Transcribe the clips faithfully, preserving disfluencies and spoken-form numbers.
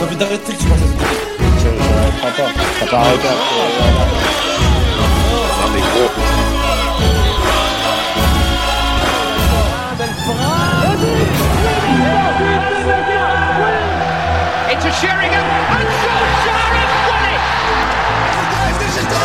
envie d'arrêter que tu passes à ce côté. Je n'arrêterai pas. T'as pas arrêté après. Non mais gros. Into Sheringham and Solskjaer has won it! This is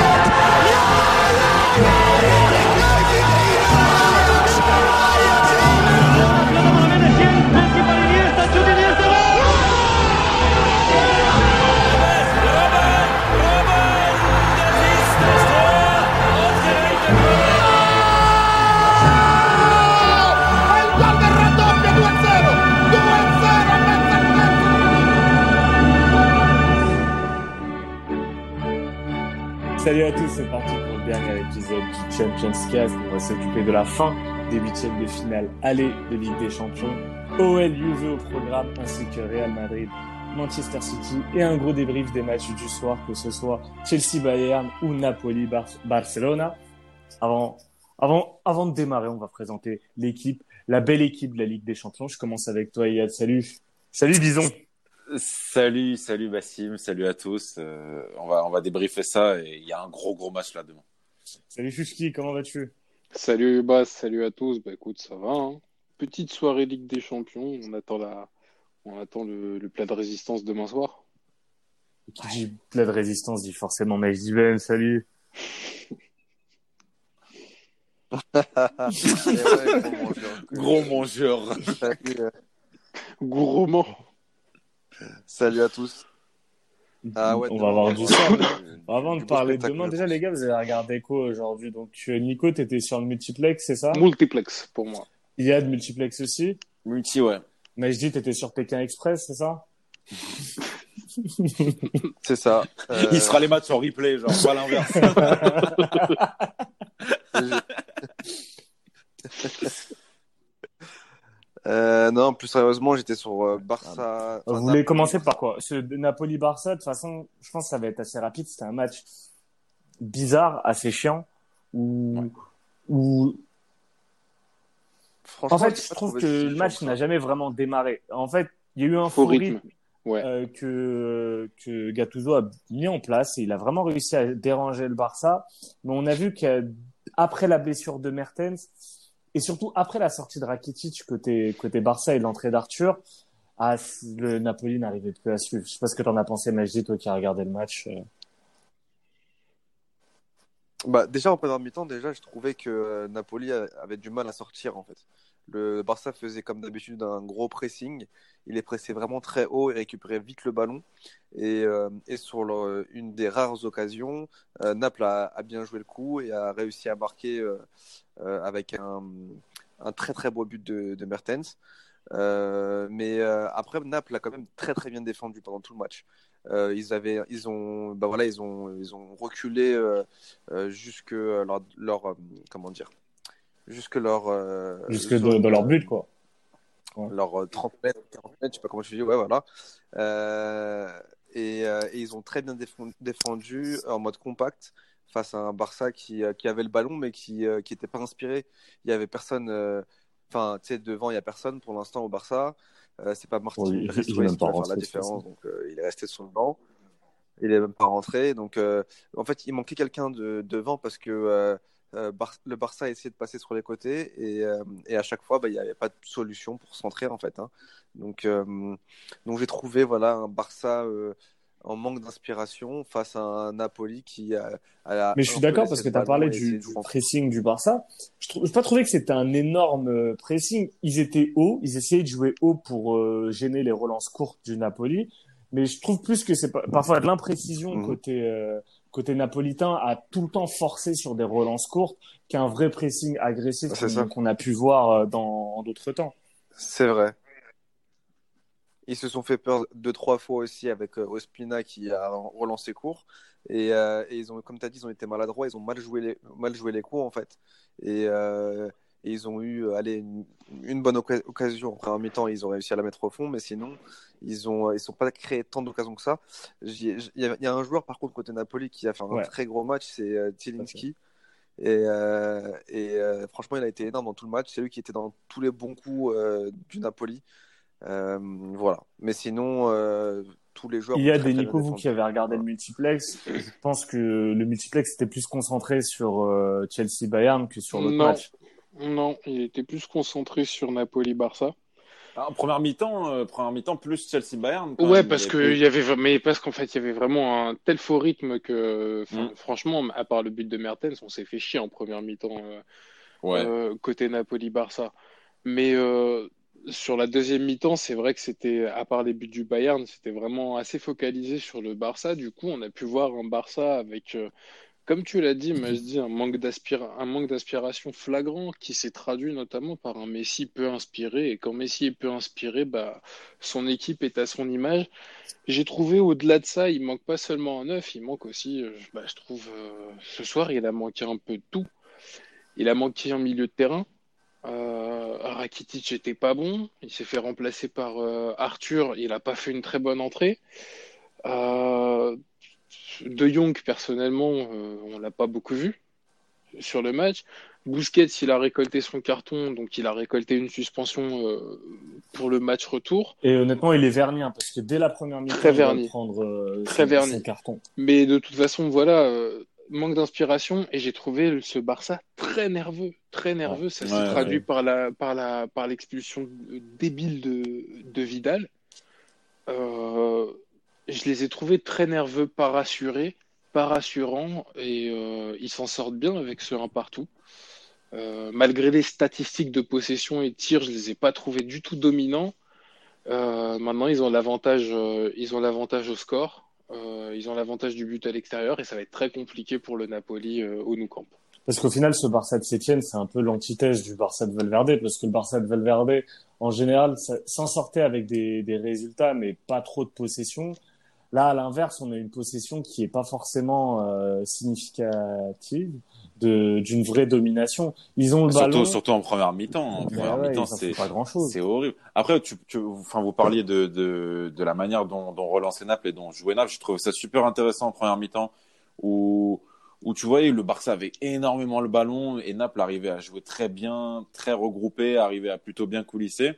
Salut à tous, c'est parti pour le dernier épisode du Champions Cast. On va s'occuper de la fin des huitièmes de finale aller de Ligue des Champions. O L Juve au programme ainsi que Real Madrid, Manchester City et un gros débrief des matchs du soir, que ce soit Chelsea-Bayern ou Napoli-Barcelona. Avant, avant, avant de démarrer, on va présenter l'équipe, la belle équipe de la Ligue des Champions. Je commence avec toi, Yad. Salut. Salut, Bison. Salut, salut Bassim, salut à tous. Euh, on va, on va débriefer ça et il y a un gros, gros match là demain. Salut Chouchki, comment vas-tu? Salut Bas, salut à tous. Bah écoute, ça va. Hein. Petite soirée Ligue des Champions. On attend la, on attend le, le plat de résistance demain soir. Qui dit plat de résistance dit forcément Majdi Ben. Salut. ouais, gros mangeur. Gros mangeur. Salut, euh, Gourmand. salut à tous. Ah ouais, on demain, va avoir on du va sang. avoir du- Avant du de beau parler de spectacle, demain, je déjà pense. les gars, vous avez regardé quoi aujourd'hui? Donc euh, Nico, t'étais sur le multiplex, c'est ça? Multiplex pour moi. Yad, multiplex aussi. Multi, ouais. Majdi, t'étais sur Pékin Express, c'est ça? C'est ça. Euh, Il sera les matchs en replay, genre, pas l'inverse. euh, non, plus sérieusement, j'étais sur euh, Barça. Vous enfin, voulez Napoli, commencer par Barça. quoi? Ce Napoli-Barça, de toute façon, je pense que ça va être assez rapide. C'était un match bizarre, assez chiant, où, Ouais. où Franchement, en fait, j'ai je pas trouve trouvé que si le chiant match que n'a ça. jamais vraiment démarré. En fait, il y a eu un Faux faux rythme. rythme. Ouais. euh, que, que Gattuso a mis en place et il a vraiment réussi à déranger le Barça. Mais on a vu qu'après la blessure de Mertens et surtout après la sortie de Rakitic côté, côté Barça et l'entrée d'Arthur, ah, le Napoli n'arrivait plus à suivre. Je sais pas ce que t'en as pensé, Majdi, toi qui as regardé le match. euh. Bah, déjà, en première mi-temps, déjà, je trouvais que euh, Napoli a- avait du mal à sortir, en fait. Le Barça faisait, comme d'habitude, un gros pressing. Il les pressait vraiment très haut et récupérait vite le ballon. Et, euh, et sur leur- une des rares occasions, euh, Naples a, a bien joué le coup et a réussi à marquer euh, euh, avec un, un très très beau but de, de Mertens. Euh, mais euh, après, Naples a quand même très très bien défendu pendant tout le match. Euh, ils avaient, ils ont, bah voilà, ils ont, ils ont reculé euh, euh, jusque leur, leur euh, comment dire, jusque leur euh, Jusque de, zone, dans leur euh, but, quoi. Ouais. leur euh, trente mètres, quarante mètres, je sais pas comment je dis, ouais, voilà. Euh, et, euh, et ils ont très bien défendu, défendu en mode compact face à un Barça qui, euh, qui avait le ballon mais qui euh, qui était pas inspiré. Il y avait personne, euh, enfin, tu sais, devant il y a personne pour l'instant au Barça. Euh, c'est pas Martin Bon, il, il Bressouès est même qui pas va faire la rentré, c'est ça. différence, donc euh, il est resté sur le banc. Il est même pas rentré. Donc, euh, en fait, il manquait quelqu'un de, devant parce que euh, euh, Bar- le Barça a essayé de passer sur les côtés et, euh, et à chaque fois, bah, il n'y avait pas de solution pour centrer en fait. Hein. Donc, euh, donc j'ai trouvé voilà un Barça euh, en manque d'inspiration face à un Napoli qui a, a Mais je suis un peu d'accord laissé parce que le tu as ballon parlé et du, essayé de du jouer en pressing du Barça. Je trouve, j'ai pas trouvé que c'était un énorme euh, pressing. Ils étaient hauts, ils essayaient de jouer haut pour euh, gêner les relances courtes du Napoli. Mais je trouve plus que c'est pas, parfois de l'imprécision Mhm. côté euh, côté napolitain à tout le temps forcer sur des relances courtes qu'un vrai pressing agressif C'est ça. qu'on, qu'on a pu voir euh, dans en d'autres temps. C'est vrai. Ils se sont fait peur deux, trois fois aussi avec euh, Ospina qui a relancé court. Et, euh, et ils ont, comme tu as dit, ils ont été maladroits, ils ont mal joué les, mal joué les coups en fait. Et, euh, et ils ont eu allez, une, une bonne oca- occasion. En première mi-temps, ils ont réussi à la mettre au fond, mais sinon, ils ont, ils sont pas créé tant d'occasions que ça. J'y ai- Il y, a- il y a un joueur par contre côté Napoli qui a fait un Ouais. très gros match, c'est euh, Zielinski. Et, euh, et euh, franchement, il a été énorme dans tout le match. C'est lui qui était dans tous les bons coups euh, du Napoli. Euh, voilà. Mais sinon, euh, tous les joueurs Il y ont a très des très bien Nico, vous défendu. qui avez regardé Voilà. le multiplex, je pense que le multiplex était plus concentré sur euh, Chelsea-Bayern que sur l'autre Non, match. non, il était plus concentré sur Napoli-Barça. Ah, en première mi-temps, euh, première mi-temps plus Chelsea-Bayern quand Ouais, même. Il y parce avait que il peu. y avait, v- mais parce qu'en fait, il y avait vraiment un tel faux rythme que, enfin, Hmm. franchement, à part le but de Mertens, on s'est fait chier en première mi-temps euh, Ouais. euh, côté Napoli-Barça. Mais euh, sur la deuxième mi-temps, c'est vrai que c'était, à part les buts du Bayern, c'était vraiment assez focalisé sur le Barça. Du coup, on a pu voir un Barça avec, euh, comme tu l'as dit, Majdi, un manque d'aspir, un manque d'aspiration flagrant qui s'est traduit notamment par un Messi peu inspiré. Et quand Messi est peu inspiré, bah, son équipe est à son image. J'ai trouvé au-delà de ça, il manque pas seulement un neuf, il manque aussi, euh, bah, je trouve, euh, ce soir, il a manqué un peu de tout. Il a manqué un milieu de terrain. Euh, Rakitic était pas bon. Il s'est fait remplacer par euh, Arthur. Il a pas fait une très bonne entrée. Euh, De Jong, personnellement, euh, on l'a pas beaucoup vu sur le match. Busquets, il a récolté son carton, donc il a récolté une suspension euh, pour le match retour. Et honnêtement, il est verni, hein, parce que dès la première Très mi-temps, il va verni, prendre euh, très son, son verni. carton. Mais de toute façon, voilà, euh, manque d'inspiration et j'ai trouvé ce Barça très nerveux, très Ouais, nerveux. Ça Ouais, s'est tout à ouais. traduit fait. par la, par la, par l'expulsion débile de, de Vidal. Euh, je les ai trouvés très nerveux, pas rassurés, pas rassurants et euh, ils s'en sortent bien avec ce un partout. Euh, malgré les statistiques de possession et de tir, je les ai pas trouvés du tout dominants. Euh, maintenant, ils ont l'avantage, euh, ils ont l'avantage au score. Euh, ils ont l'avantage du but à l'extérieur et ça va être très compliqué pour le Napoli euh, au Nou Camp. Parce qu'au final, ce Barça de Sétienne, c'est un peu l'antithèse du Barça de Valverde, parce que le Barça de Valverde, en général, ça- s'en sortait avec des, des résultats, mais pas trop de possession. Là, à l'inverse, on a une possession qui est pas forcément euh, significative de d'une vraie domination. Ils ont le Surtout, ballon, surtout en première mi-temps. En mais première ouais, mi-temps, ils en font c'est, pas grand-chose. c'est horrible. Après, tu, tu, enfin, vous parliez de, de, de la manière dont, dont relancer Naples et dont jouer Naples. Je trouve ça super intéressant en première mi-temps où, où tu voyais le Barça avait énormément le ballon et Naples arrivait à jouer très bien, très regroupé, arrivait à plutôt bien coulisser.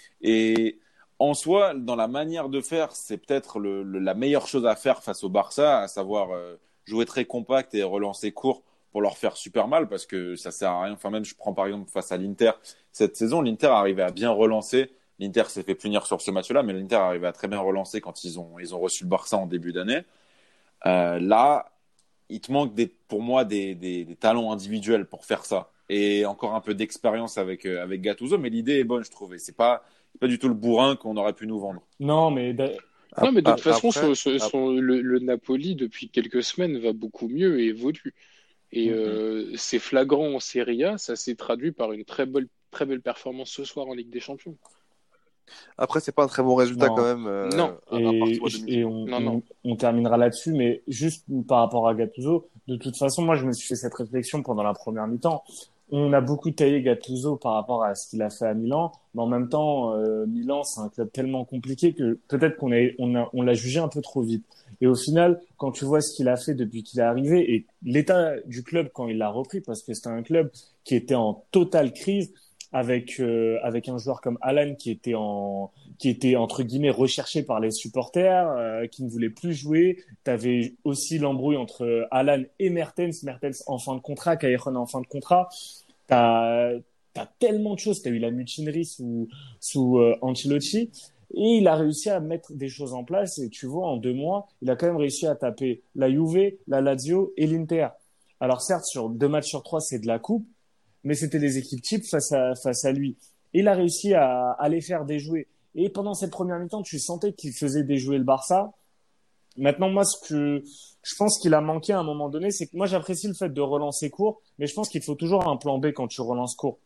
Et en soi, dans la manière de faire, c'est peut-être le, le- la meilleure chose à faire face au Barça, à savoir euh, jouer très compact et relancer court pour leur faire super mal parce que ça sert à rien. Enfin, même je prends par exemple face à l'Inter cette saison, l'Inter arrivait à bien relancer. L'Inter s'est fait punir sur ce match-là, mais l'Inter arrivait à très bien relancer quand ils ont, ils ont reçu le Barça en début d'année. Euh, là, il te manque des, pour moi des, des, des talents individuels pour faire ça. Et encore un peu d'expérience avec, euh, avec Gattuso, mais l'idée est bonne, je trouvais. C'est pas, c'est pas du tout le bourrin qu'on aurait pu nous vendre. Non, mais d'a- Non, Ap- mais de toute ap- façon, son- Après, son- ap- son- le, le Napoli, depuis quelques semaines, va beaucoup mieux et évolue. Et Mm. euh, c'est flagrant en Serie A, ça s'est traduit par une très belle, très belle performance ce soir en Ligue des Champions. après, c'est pas un très bon résultat quand non. même, euh, Non, un, un Et, partout à et domicile. on, non, non. on, on terminera là-dessus, mais juste par rapport à Gattuso, de toute façon, moi, je me suis fait cette réflexion pendant la première mi-temps. On a beaucoup taillé Gattuso par rapport à ce qu'il a fait à Milan, mais en même temps, euh, Milan, c'est un club tellement compliqué que peut-être qu'on a, on a, on l'a jugé un peu trop vite. Et au final, quand tu vois ce qu'il a fait depuis qu'il est arrivé et l'état du club quand il l'a repris, parce que c'était un club qui était en totale crise, avec euh, avec un joueur comme Alan qui était en qui était entre guillemets recherché par les supporters, euh, qui ne voulait plus jouer. Tu avais aussi l'embrouille entre Alan et Mertens, Mertens en fin de contrat, Callejon en fin de contrat. T'as t'as tellement de choses. T'as eu la mutinerie sous sous euh, Ancelotti et il a réussi à mettre des choses en place. Et tu vois, en deux mois, il a quand même réussi à taper la Juve, la Lazio et l'Inter. Alors certes, sur deux matchs sur trois, c'est de la coupe, mais c'était des équipes types face à face à lui. Et il a réussi à, à les faire déjouer. Et pendant cette première mi-temps, tu sentais qu'il faisait déjouer le Barça. Maintenant, moi, ce que je pense qu'il a manqué à un moment donné, c'est que moi, j'apprécie le fait de relancer court, mais je pense qu'il faut toujours un plan B quand tu relances court.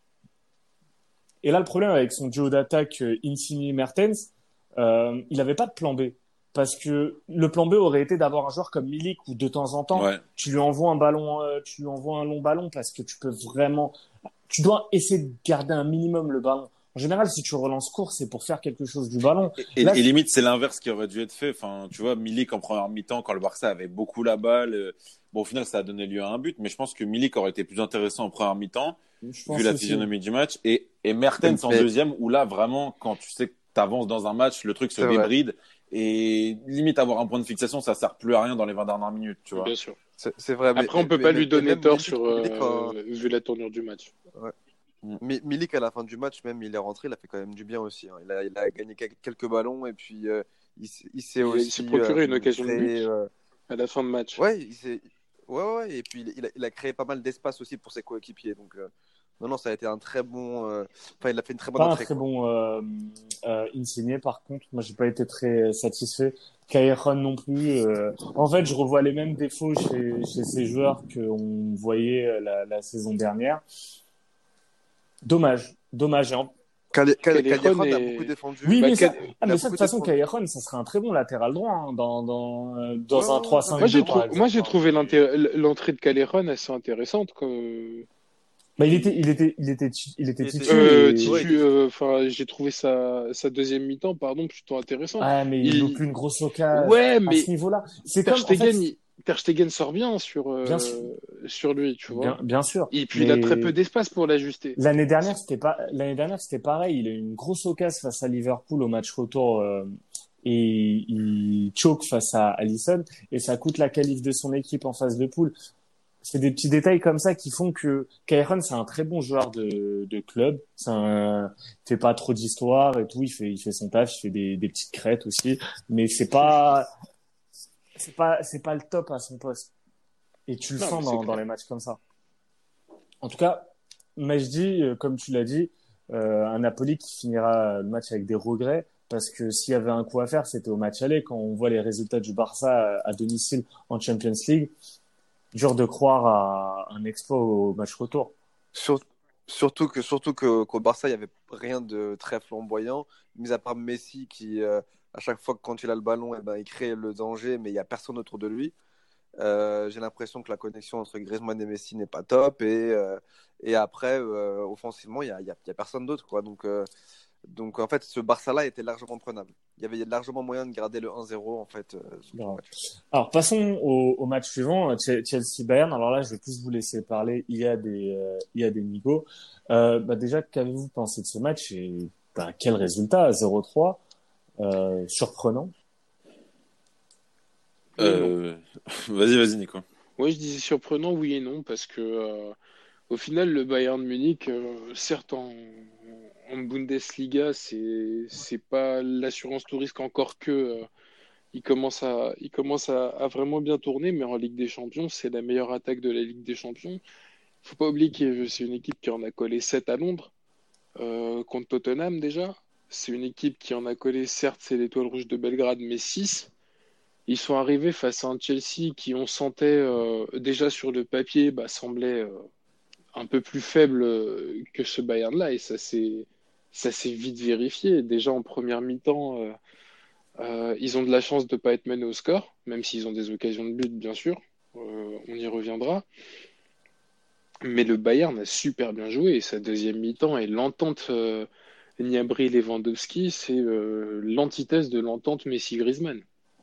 Et là, le problème avec son duo d'attaque euh, Insigne-Mertens, euh, il n'avait pas de plan B. Parce que le plan B aurait été d'avoir un joueur comme Milik où de temps en temps, Ouais. tu lui envoies un ballon, euh, tu lui envoies un long ballon parce que tu peux vraiment, tu dois essayer de garder un minimum le ballon. En général, si tu relances court, c'est pour faire quelque chose du ballon. Et, et, Là, et limite, c'est l'inverse qui aurait dû être fait. Enfin, tu vois, Milik en première mi-temps, quand le Barça avait beaucoup la balle, euh, bon, au final, ça a donné lieu à un but, mais je pense que Milik aurait été plus intéressant en première mi-temps, je vu pense la aussi. physionomie du match, et, et Mertens en Mais- deuxième, où là, vraiment, quand tu sais t'avances dans un match, le truc se C'est vrai. débride et limite avoir un point de fixation, ça sert plus à rien dans les vingt dernières minutes, tu vois. Bien sûr. C'est c'est vrai. Après, mais, on peut mais, pas mais, lui mais donner même tort Milik, sur Milik, euh, quand- vu la tournure du match. Mi- Milik, à la fin du match, même, il est rentré, il a fait quand même du bien aussi. hein. Il a, il a gagné quel- quelques ballons et puis euh, il, s'est- il s'est Il, aussi il s'est procuré euh, une occasion de créé. but euh, à la fin de match. Ouais, il s'est- ouais, ouais, ouais, et puis il, il a, il a créé pas mal d'espace aussi pour ses coéquipiers. Donc, euh, non, non, ça a été un très bon. euh, Enfin, il a fait une très bonne Pas un entrée. très quoi. bon euh, euh, Insigne, par contre. Moi, j'ai pas été très satisfait. Kairon non plus. euh. En fait, je revois les mêmes défauts chez, chez ces joueurs qu'on voyait la, la saison dernière. Dommage. Dommage. Et en- Cali- Cali- Callejon Callejon a est- beaucoup défendu. Oui, Bah, mais ça, Cal- ah, il a mais ça, de beaucoup toute façon, défendu. Kairon, ça serait un très bon latéral droit hein, dans, dans, euh, dans Ouais, un ouais, trois ouais, cinq non, Moi, mais j'ai deux, par trou- exemple. moi, j'ai hein. trouvé l'inté- l'entrée de Callejon assez intéressante. Quoi. Bah, il était, il était, il était, tu- il était Il était- titu Euh, et... Titu, Ouais, il était- euh, enfin, j'ai trouvé sa, sa deuxième mi-temps, pardon, plutôt intéressante. Ah, mais il Il- loupe une grosse occasion Ouais, à mais ce niveau-là. C'est Ter comme, en fait, Stegen, il- Ter Stegen sort bien sur, euh, Bien sûr. sur lui, tu vois. bien, bien sûr. Et puis, il a Mais très peu d'espace pour l'ajuster. l'année dernière, c'était pas, l'année dernière, c'était pareil. Il a eu une grosse occasion face à Liverpool au match retour, euh, et il choke face à Alisson et ça coûte la qualif de son équipe en phase de poule. C'est des petits détails comme ça qui font que Kairon, c'est un très bon joueur de, de club. C'est un, il fait pas trop d'histoire et tout. Il fait, il fait son taf. Il fait des, des petites crêtes aussi. Mais c'est pas, c'est pas, c'est pas le top à son poste. Et tu le Non, sens mais c'est dans, clair. dans les matchs comme ça. En tout cas, Majdi, euh, comme tu l'as dit, euh, un Napoli qui finira le match avec des regrets. Parce que s'il y avait un coup à faire, c'était au match aller. Quand on voit les résultats du Barça à, à domicile en Champions League, dur de croire à un exploit au match retour. Sur- surtout que surtout que qu'au Barça il y avait rien de très flamboyant, mis à part Messi qui euh, à chaque fois que quand il a le ballon, eh ben, il crée le danger, mais il y a personne autour de lui. Euh, j'ai l'impression que la connexion entre Griezmann et Messi n'est pas top et euh, et après euh, offensivement il y a, il y a, il y a personne d'autre quoi. Donc euh, donc en fait ce Barça-là était largement prenable. Il y avait largement moyen de garder le un zéro en fait. euh, sur le Grave. match. Alors passons au, au match suivant, Chelsea-Bayern. Alors là, je vais plus vous laisser parler. Il y a des, euh, il y a des Nico. Euh, bah déjà, qu'avez-vous pensé de ce match et bah, quel résultat? zéro trois, euh, surprenant. Euh... Vas-y, vas-y, Nico. Ouais, je disais surprenant, oui et non, parce que euh, au final, le Bayern Munich, euh, certes en, en Bundesliga, c'est c'est pas l'assurance tout risque encore que euh, il commence à il commence à, à vraiment bien tourner, mais en Ligue des Champions, c'est la meilleure attaque de la Ligue des Champions. Faut pas oublier que c'est une équipe qui en a collé sept à Londres euh, contre Tottenham déjà. C'est une équipe qui en a collé, certes, c'est l'Étoile Rouge de Belgrade, mais six. Ils sont arrivés face à un Chelsea qui, on sentait euh, déjà sur le papier, bah, semblait euh, un peu plus faible euh, que ce Bayern-là, et ça s'est ça s'est vite vérifié. Déjà en première mi-temps, euh, euh, ils ont de la chance de ne pas être menés au score, même s'ils ont des occasions de but, bien sûr. Euh, on y reviendra. Mais le Bayern a super bien joué, et sa deuxième mi-temps et l'entente euh, Gnabry-Lewandowski, c'est euh, l'antithèse de l'entente Messi-Griezmann.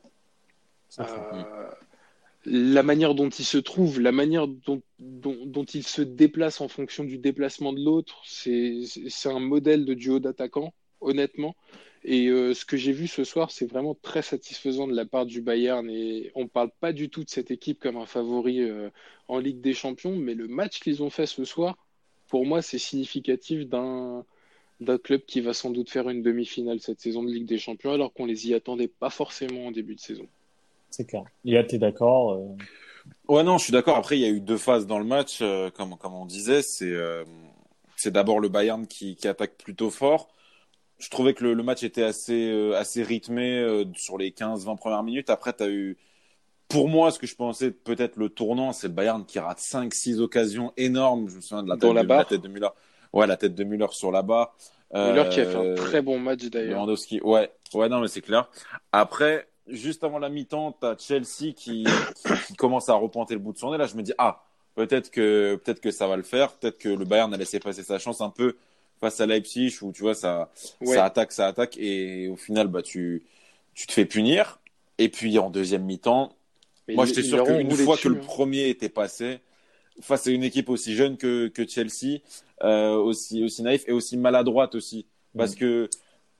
Euh, la manière dont il se trouve, la manière dont, dont, dont il se déplace en fonction du déplacement de l'autre, c'est, c'est un modèle de duo d'attaquants, honnêtement. Et euh, ce que j'ai vu ce soir, c'est vraiment très satisfaisant de la part du Bayern. Et on ne parle pas du tout de cette équipe comme un favori euh, en Ligue des Champions, mais le match qu'ils ont fait ce soir, pour moi, c'est significatif d'un, d'un club qui va sans doute faire une demi-finale cette saison de Ligue des Champions, alors qu'on les y attendait pas forcément en début de saison. C'est clair. Lia, t'es d'accord? euh... Ouais, non, je suis d'accord. Après, il y a eu deux phases dans le match, euh, comme, comme on disait. C'est, euh, c'est d'abord le Bayern qui, qui attaque plutôt fort. Je trouvais que le, le match était assez, euh, assez rythmé euh, sur les quinze vingt premières minutes. Après, tu as eu, pour moi, ce que je pensais peut-être le tournant, c'est le Bayern qui rate cinq six occasions énormes. Je me souviens de la Dans tête, la de, barre. la tête de Müller. Ouais, la tête de Müller sur la barre. Müller qui a fait un Euh, très bon match d'ailleurs. Lewandowski, ouais, ouais, non, mais c'est clair. Après, juste avant la mi-temps, t'as Chelsea qui, qui, qui commence à repointer le bout de son nez. Là, je me dis, ah, peut-être que, peut-être que ça va le faire. Peut-être que le Bayern a laissé passer sa chance un peu face à Leipzig où tu vois, ça, Ouais. ça attaque, ça attaque. Et au final, bah, tu, tu te fais punir. Et puis, en deuxième mi-temps, Mais moi, ils- j'étais ils sûr leur ont qu'une roulé fois dessus, que le hein. premier était passé, face à une équipe aussi jeune que, que Chelsea, euh, aussi, aussi naïf et aussi maladroite aussi. Parce Mm. que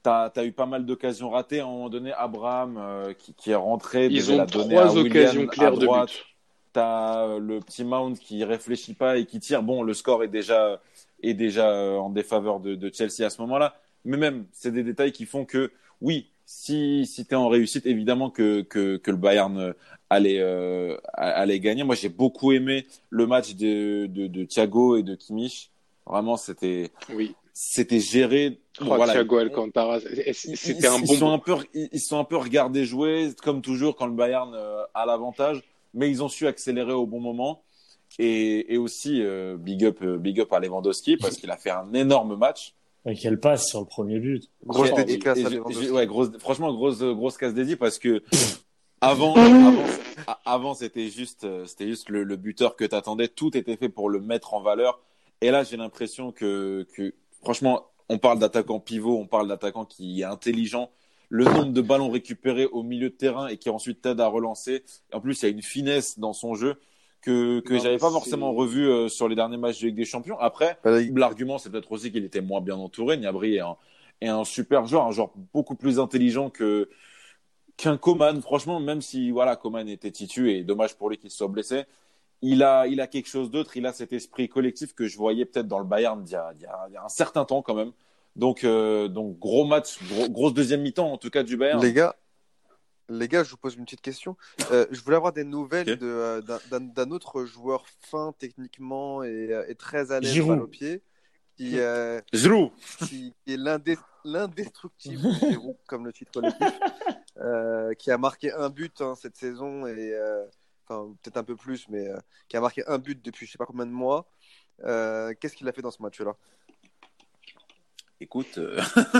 T'as as eu pas mal d'occasions ratées. À un moment donné, Abraham euh, qui, qui est rentré, Ils devait ont la donner à trois occasions Willian à claires de droite. but. T'as euh, le petit Mount qui réfléchit pas et qui tire. Bon, le score est déjà, est déjà euh, en défaveur de, de Chelsea à ce moment-là. Mais même, c'est des détails qui font que, oui, si, si tu es en réussite, évidemment que, que, que le Bayern allait, euh, allait gagner. Moi, j'ai beaucoup aimé le match de, de, de Thiago et de Kimmich. Vraiment, c'était, Oui. c'était géré. Oh, Bon, voilà. Thiago Alcantara, Ils, c'était un ils bon. sont un peu, ils, ils sont un peu regardés jouer, comme toujours quand le Bayern euh, a l'avantage, mais ils ont su accélérer au bon moment. Et, et aussi, euh, big up, euh, big up à Lewandowski parce qu'il a fait un énorme match. Et qu'elle passe sur le premier but. Grosse Et- dédicace et- à et- Lewandowski. ouais, grosse, franchement, grosse, grosse casse dédiée parce que avant, avant, avant c'était juste, euh, c'était juste le, le buteur que t'attendais. Tout était fait pour le mettre en valeur. Et là, j'ai l'impression que, que, franchement, on parle d'attaquant pivot, on parle d'attaquant qui est intelligent. Le nombre de ballons récupérés au milieu de terrain et qui ensuite t'aide à relancer. Et en plus, il y a une finesse dans son jeu que, que Non, j'avais mais pas c'est- forcément revu euh, sur les derniers matchs de Ligue des Champions. Après, Bah, il- l'argument, c'est peut-être aussi qu'il était moins bien entouré. Gnabry est un, est un super joueur, un joueur beaucoup plus intelligent que, qu'un Coman. Franchement, même si voilà, Coman était titu et dommage pour lui qu'il se soit blessé, il a, il a quelque chose d'autre. Il a cet esprit collectif que je voyais peut-être dans le Bayern il y a, il y a, il y a un certain temps quand même. Donc, euh, donc gros match, gros, grosse deuxième mi-temps en tout cas du Bayern. Les gars, les gars, je vous pose une petite question. Euh, je voulais avoir des nouvelles Ok. de, euh, d'un- d'un, d'un autre joueur fin techniquement et, euh, et très à l'aise Giroud. balle au pied, qui, euh, Giroud. qui, qui est l'indé- l'indestructible Giroud, comme le titre le dit, euh, qui a marqué un but hein, cette saison et euh, enfin peut-être un peu plus, mais euh, qui a marqué un but depuis je sais pas combien de mois. Euh, qu'est-ce qu'il a fait dans ce match-là? Écoute, euh,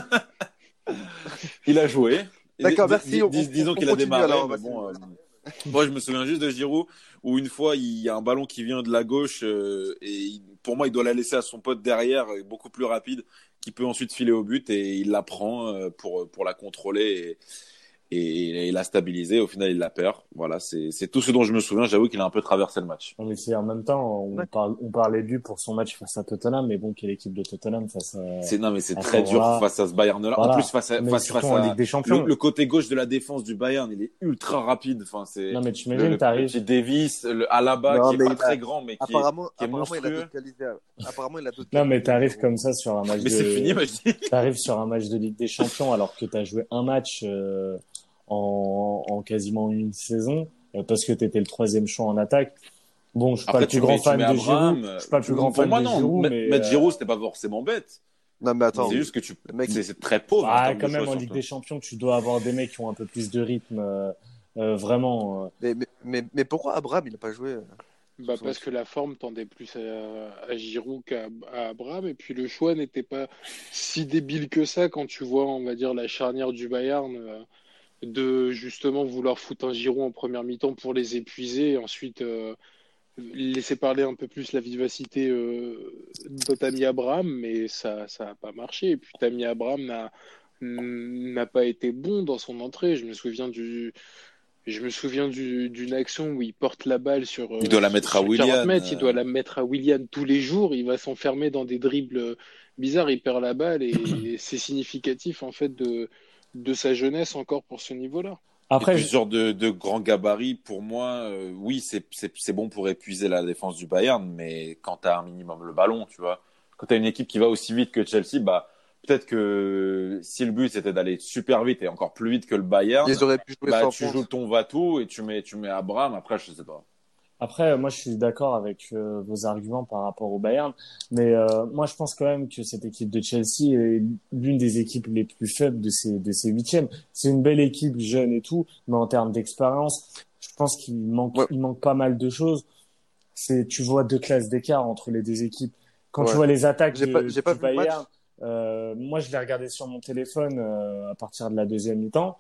il a joué. D'accord, Dis- merci. dis- On- dis- on- disons on qu'il a continue démarré, alors, mais vas-y. bon. euh, moi, je me souviens juste de Giroud où une fois il y a un ballon qui vient de la gauche euh, et il- pour moi il doit la laisser à son pote derrière, euh, beaucoup plus rapide, qui peut ensuite filer au but et il la prend euh, pour pour la contrôler et, et, et la stabiliser. Au final, il la perd. Voilà, c'est c'est tout ce dont je me souviens. J'avoue qu'il a un peu traversé le match. Non, mais c'est en même temps, on, Ouais. parle, on parlait de lui pour son match face à Tottenham, mais bon, quelle équipe de Tottenham face à. C'est non mais c'est à très ce dur moment-là, face à ce Bayern-là. voilà. En plus face à Mais face, surtout face en à Ligue des Champions. le, le côté gauche de la défense du Bayern, il est ultra rapide. Enfin c'est Non, mais tu le, imagines, le t'arrives. petit Davis, le Alaba Non, qui est mais pas il a- très grand mais qui est, Apparemment, qui est apparemment il a monstrueux. d'autres qualités. Apparemment, il a d'autres Non, mais qualités, t'arrives Giroud. comme ça sur un match Mais de. c'est fini, moi je dis. T'arrives sur un match de Ligue des Champions alors que t'as joué un match euh, en, en quasiment une saison euh, parce que t'étais le troisième choix en attaque. Bon, je suis pas Après le plus tu grand mets, tu fan mets de Abraham. Giroud. Je suis pas le plus tu- grand pour fan moi de non. Giroud, Met- mais. Mettre euh, Giroud c'était pas forcément bête. Non, mais attends. C'est juste que tu Le mec, c'est c'est très pauvre. en Ah, termes de quand même, choix, en Ligue surtout. des Champions, tu dois avoir des mecs qui ont un peu plus de rythme, euh, euh, vraiment. euh. Mais, mais, mais, mais pourquoi Abraham, il n'a pas joué? Bah parce que la forme tendait plus à, à Giroud qu'à à Abraham et puis le choix n'était pas si débile que ça quand tu vois on va dire la charnière du Bayern euh, de justement vouloir foutre un Giroud en première mi-temps pour les épuiser et ensuite euh, laisser parler un peu plus la vivacité euh, de Tammy Abraham mais ça ça a pas marché et puis Tammy Abraham n'a n'a pas été bon dans son entrée. Je me souviens du Je me souviens du- d'une action où il porte la balle sur, euh, Il doit la mettre à sur Willian, quarante mètres, il doit euh. la mettre à Willian tous les jours, il va s'enfermer dans des dribbles bizarres, il perd la balle et c'est significatif en fait de, de sa jeunesse encore pour ce niveau-là. Après, Et puis, je- ce genre de, de grand gabarit, pour moi, euh, oui, c'est, c'est, c'est bon pour épuiser la défense du Bayern, mais quand tu as un minimum le ballon, tu vois, quand tu as une équipe qui va aussi vite que Chelsea, bah, peut-être que si le but c'était d'aller super vite et encore plus vite que le Bayern, Ils auraient pu jouer bah, sans tu pointe. joues ton va-tout et tu mets, tu mets Abraham, après, je sais pas. Après, moi, je suis d'accord avec euh, vos arguments par rapport au Bayern, mais euh, moi, je pense quand même que cette équipe de Chelsea est l'une des équipes les plus faibles de ces de ces huitièmes. C'est une belle équipe, jeune et tout, mais en termes d'expérience, je pense qu'il manque Ouais. il manque pas mal de choses. C'est, tu vois deux classes d'écart entre les deux équipes. Quand Ouais. tu vois les attaques J'ai de, pas- j'ai pas du vu le match. Bayern, euh, moi, je l'ai regardé sur mon téléphone euh, à partir de la deuxième mi-temps.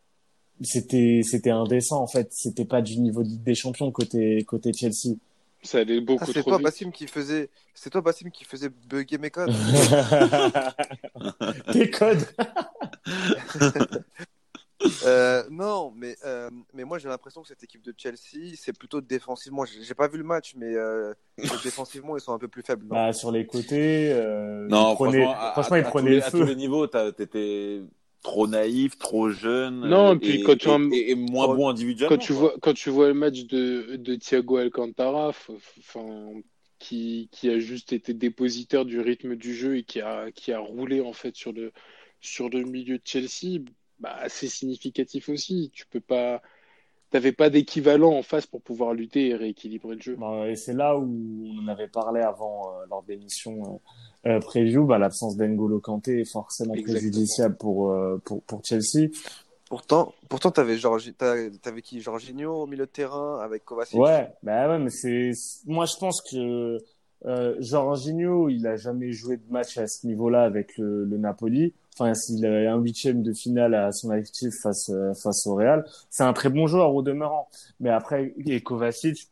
C'était c'était indécent en fait. C'était pas du niveau de Ligue des Champions côté côté Chelsea. Ça allait beaucoup Ah, c'est trop toi, vite. Bassim, qui faisait, c'est toi, Bassim, qui faisait bugger mes codes. Tes codes. Euh, non, mais, euh, mais moi j'ai l'impression que cette équipe de Chelsea, c'est plutôt défensivement. J'ai j'ai pas vu le match, mais euh, défensivement, ils sont un peu plus faibles, non? Bah, sur les côtés, euh, il Non, prenait, franchement, à, franchement, il à, à tous prenait le les, à tous feu. les niveaux, t'as- t'étais trop naïf, trop jeune Non, euh, et puis et, quand tu, et, et, et moins Quand- bon quand individuellement, tu quoi. vois, quand tu vois le match de, de Thiago Alcantara, f- enfin, qui, qui a juste été dépositaire du rythme du jeu et qui a, qui a roulé en fait sur le, sur le milieu de Chelsea, bah, c'est significatif aussi. Tu peux pas, t'avais pas d'équivalent en face pour pouvoir lutter et rééquilibrer le jeu. Bah, et c'est là où on en avait parlé avant, euh, lors de l'émission euh, euh, preview, bah, l'absence d'N'Golo Kanté est forcément Exactement. préjudiciable pour, euh, pour, pour Chelsea. Pourtant, pourtant t'avais Jorgi... t'avais t'avais qui? Jorginho au milieu de terrain avec Kovacic. Ouais, bah ouais, mais c'est, moi je pense que euh, Jorginho, il a jamais joué de match à ce niveau-là avec le, le Napoli. Enfin, s'il a un huitième de finale à son actif face euh, face au Real, c'est un très bon joueur au demeurant. Mais après, et Kovacic,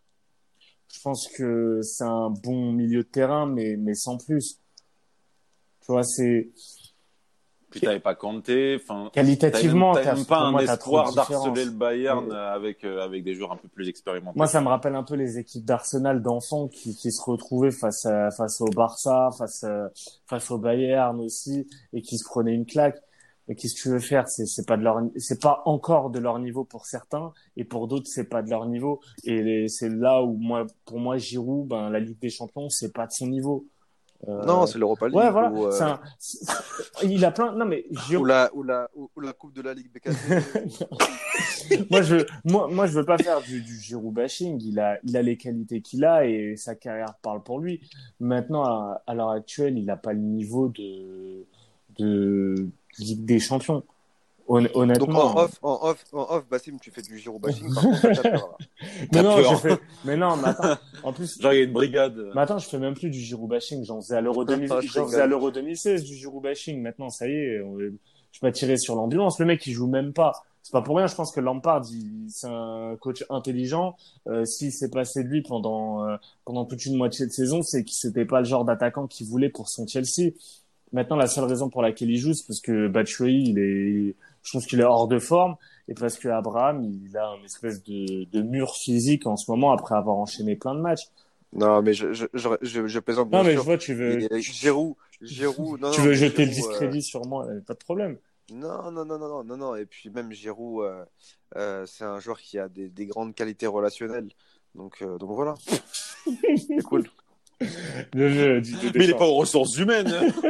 je pense que c'est un bon milieu de terrain, mais mais sans plus. Tu vois, c'est Puis t'avais pas Kanté, enfin, t'avais même, qualitativement, t'avais t'as, même pas pour un moi, t'as trop de espoir d'harceler le différences. Bayern Et avec, euh, avec des joueurs un peu plus moi, expérimentés, ça me quoi. rappelle un peu les équipes d'Arsenal d'enfants qui, qui se retrouvaient face à, face au Barça, face à, face au Bayern aussi, et qui se prenaient une claque. Mais qu'est-ce que tu veux faire? C'est, c'est pas de leur, c'est pas encore de leur niveau pour certains, et pour d'autres, c'est pas de leur niveau. Et les- c'est là où moi, pour moi, Giroud, ben, la Ligue des Champions, c'est pas de son niveau. Non, Euh, c'est l'Europa ouais, League voilà. ou, C'est euh, un, c'est- il a plein, non, mais ou, Giroud, la, ou, la, ou, ou la Coupe de la Ligue B K T. Ou... moi, je, moi, moi, je veux pas faire du, du Giroud bashing. Il a, il a les qualités qu'il a et sa carrière parle pour lui. Maintenant, à, à l'heure actuelle, il a pas le niveau de, de Ligue des Champions. Hon- Donc en honnêtement. off, en off, en off, Bassim, tu fais du Giro bashing, par contre, là, t'as peur, là. Mais T'as non, je peur. fais, mais non, mais attends. En plus, Genre, il y a une brigade. mais attends, je fais même plus du Giroud bashing. J'en faisais à l'Euro deux mille, Non, je j'en faisais à rigole. l'Euro deux mille seize du Giroud bashing. Maintenant, ça y est, on- je vais tirer sur l'ambulance. Le mec, il joue même pas. C'est pas pour rien. Je pense que Lampard, il- c'est un coach intelligent. Euh, s'il s'est passé de lui pendant euh, pendant toute une moitié de saison, c'est qu'il c'était pas le genre d'attaquant qu'il voulait pour son Chelsea. Maintenant, la seule raison pour laquelle il joue, c'est parce que Batshuayi, il est, je pense qu'il est hors de forme, et parce que Abraham, il a une espèce de, de mur physique en ce moment après avoir enchaîné plein de matchs. Non, mais je, je, je, je, je plaisante, Non, bien mais je sûr. vois, tu veux, Et tu, tu- Giroud, Giroud, non, tu non, veux mais jeter le Giroud, euh, discrédit sur moi, euh, pas de problème. non, non, non, non, non, non, non. Et puis même Giroud, euh, euh, c'est un joueur qui a des, des grandes qualités relationnelles. Donc, euh, donc voilà, c'est cool. Le jeu du de Mais il est pas Deschamps. aux ressources humaines.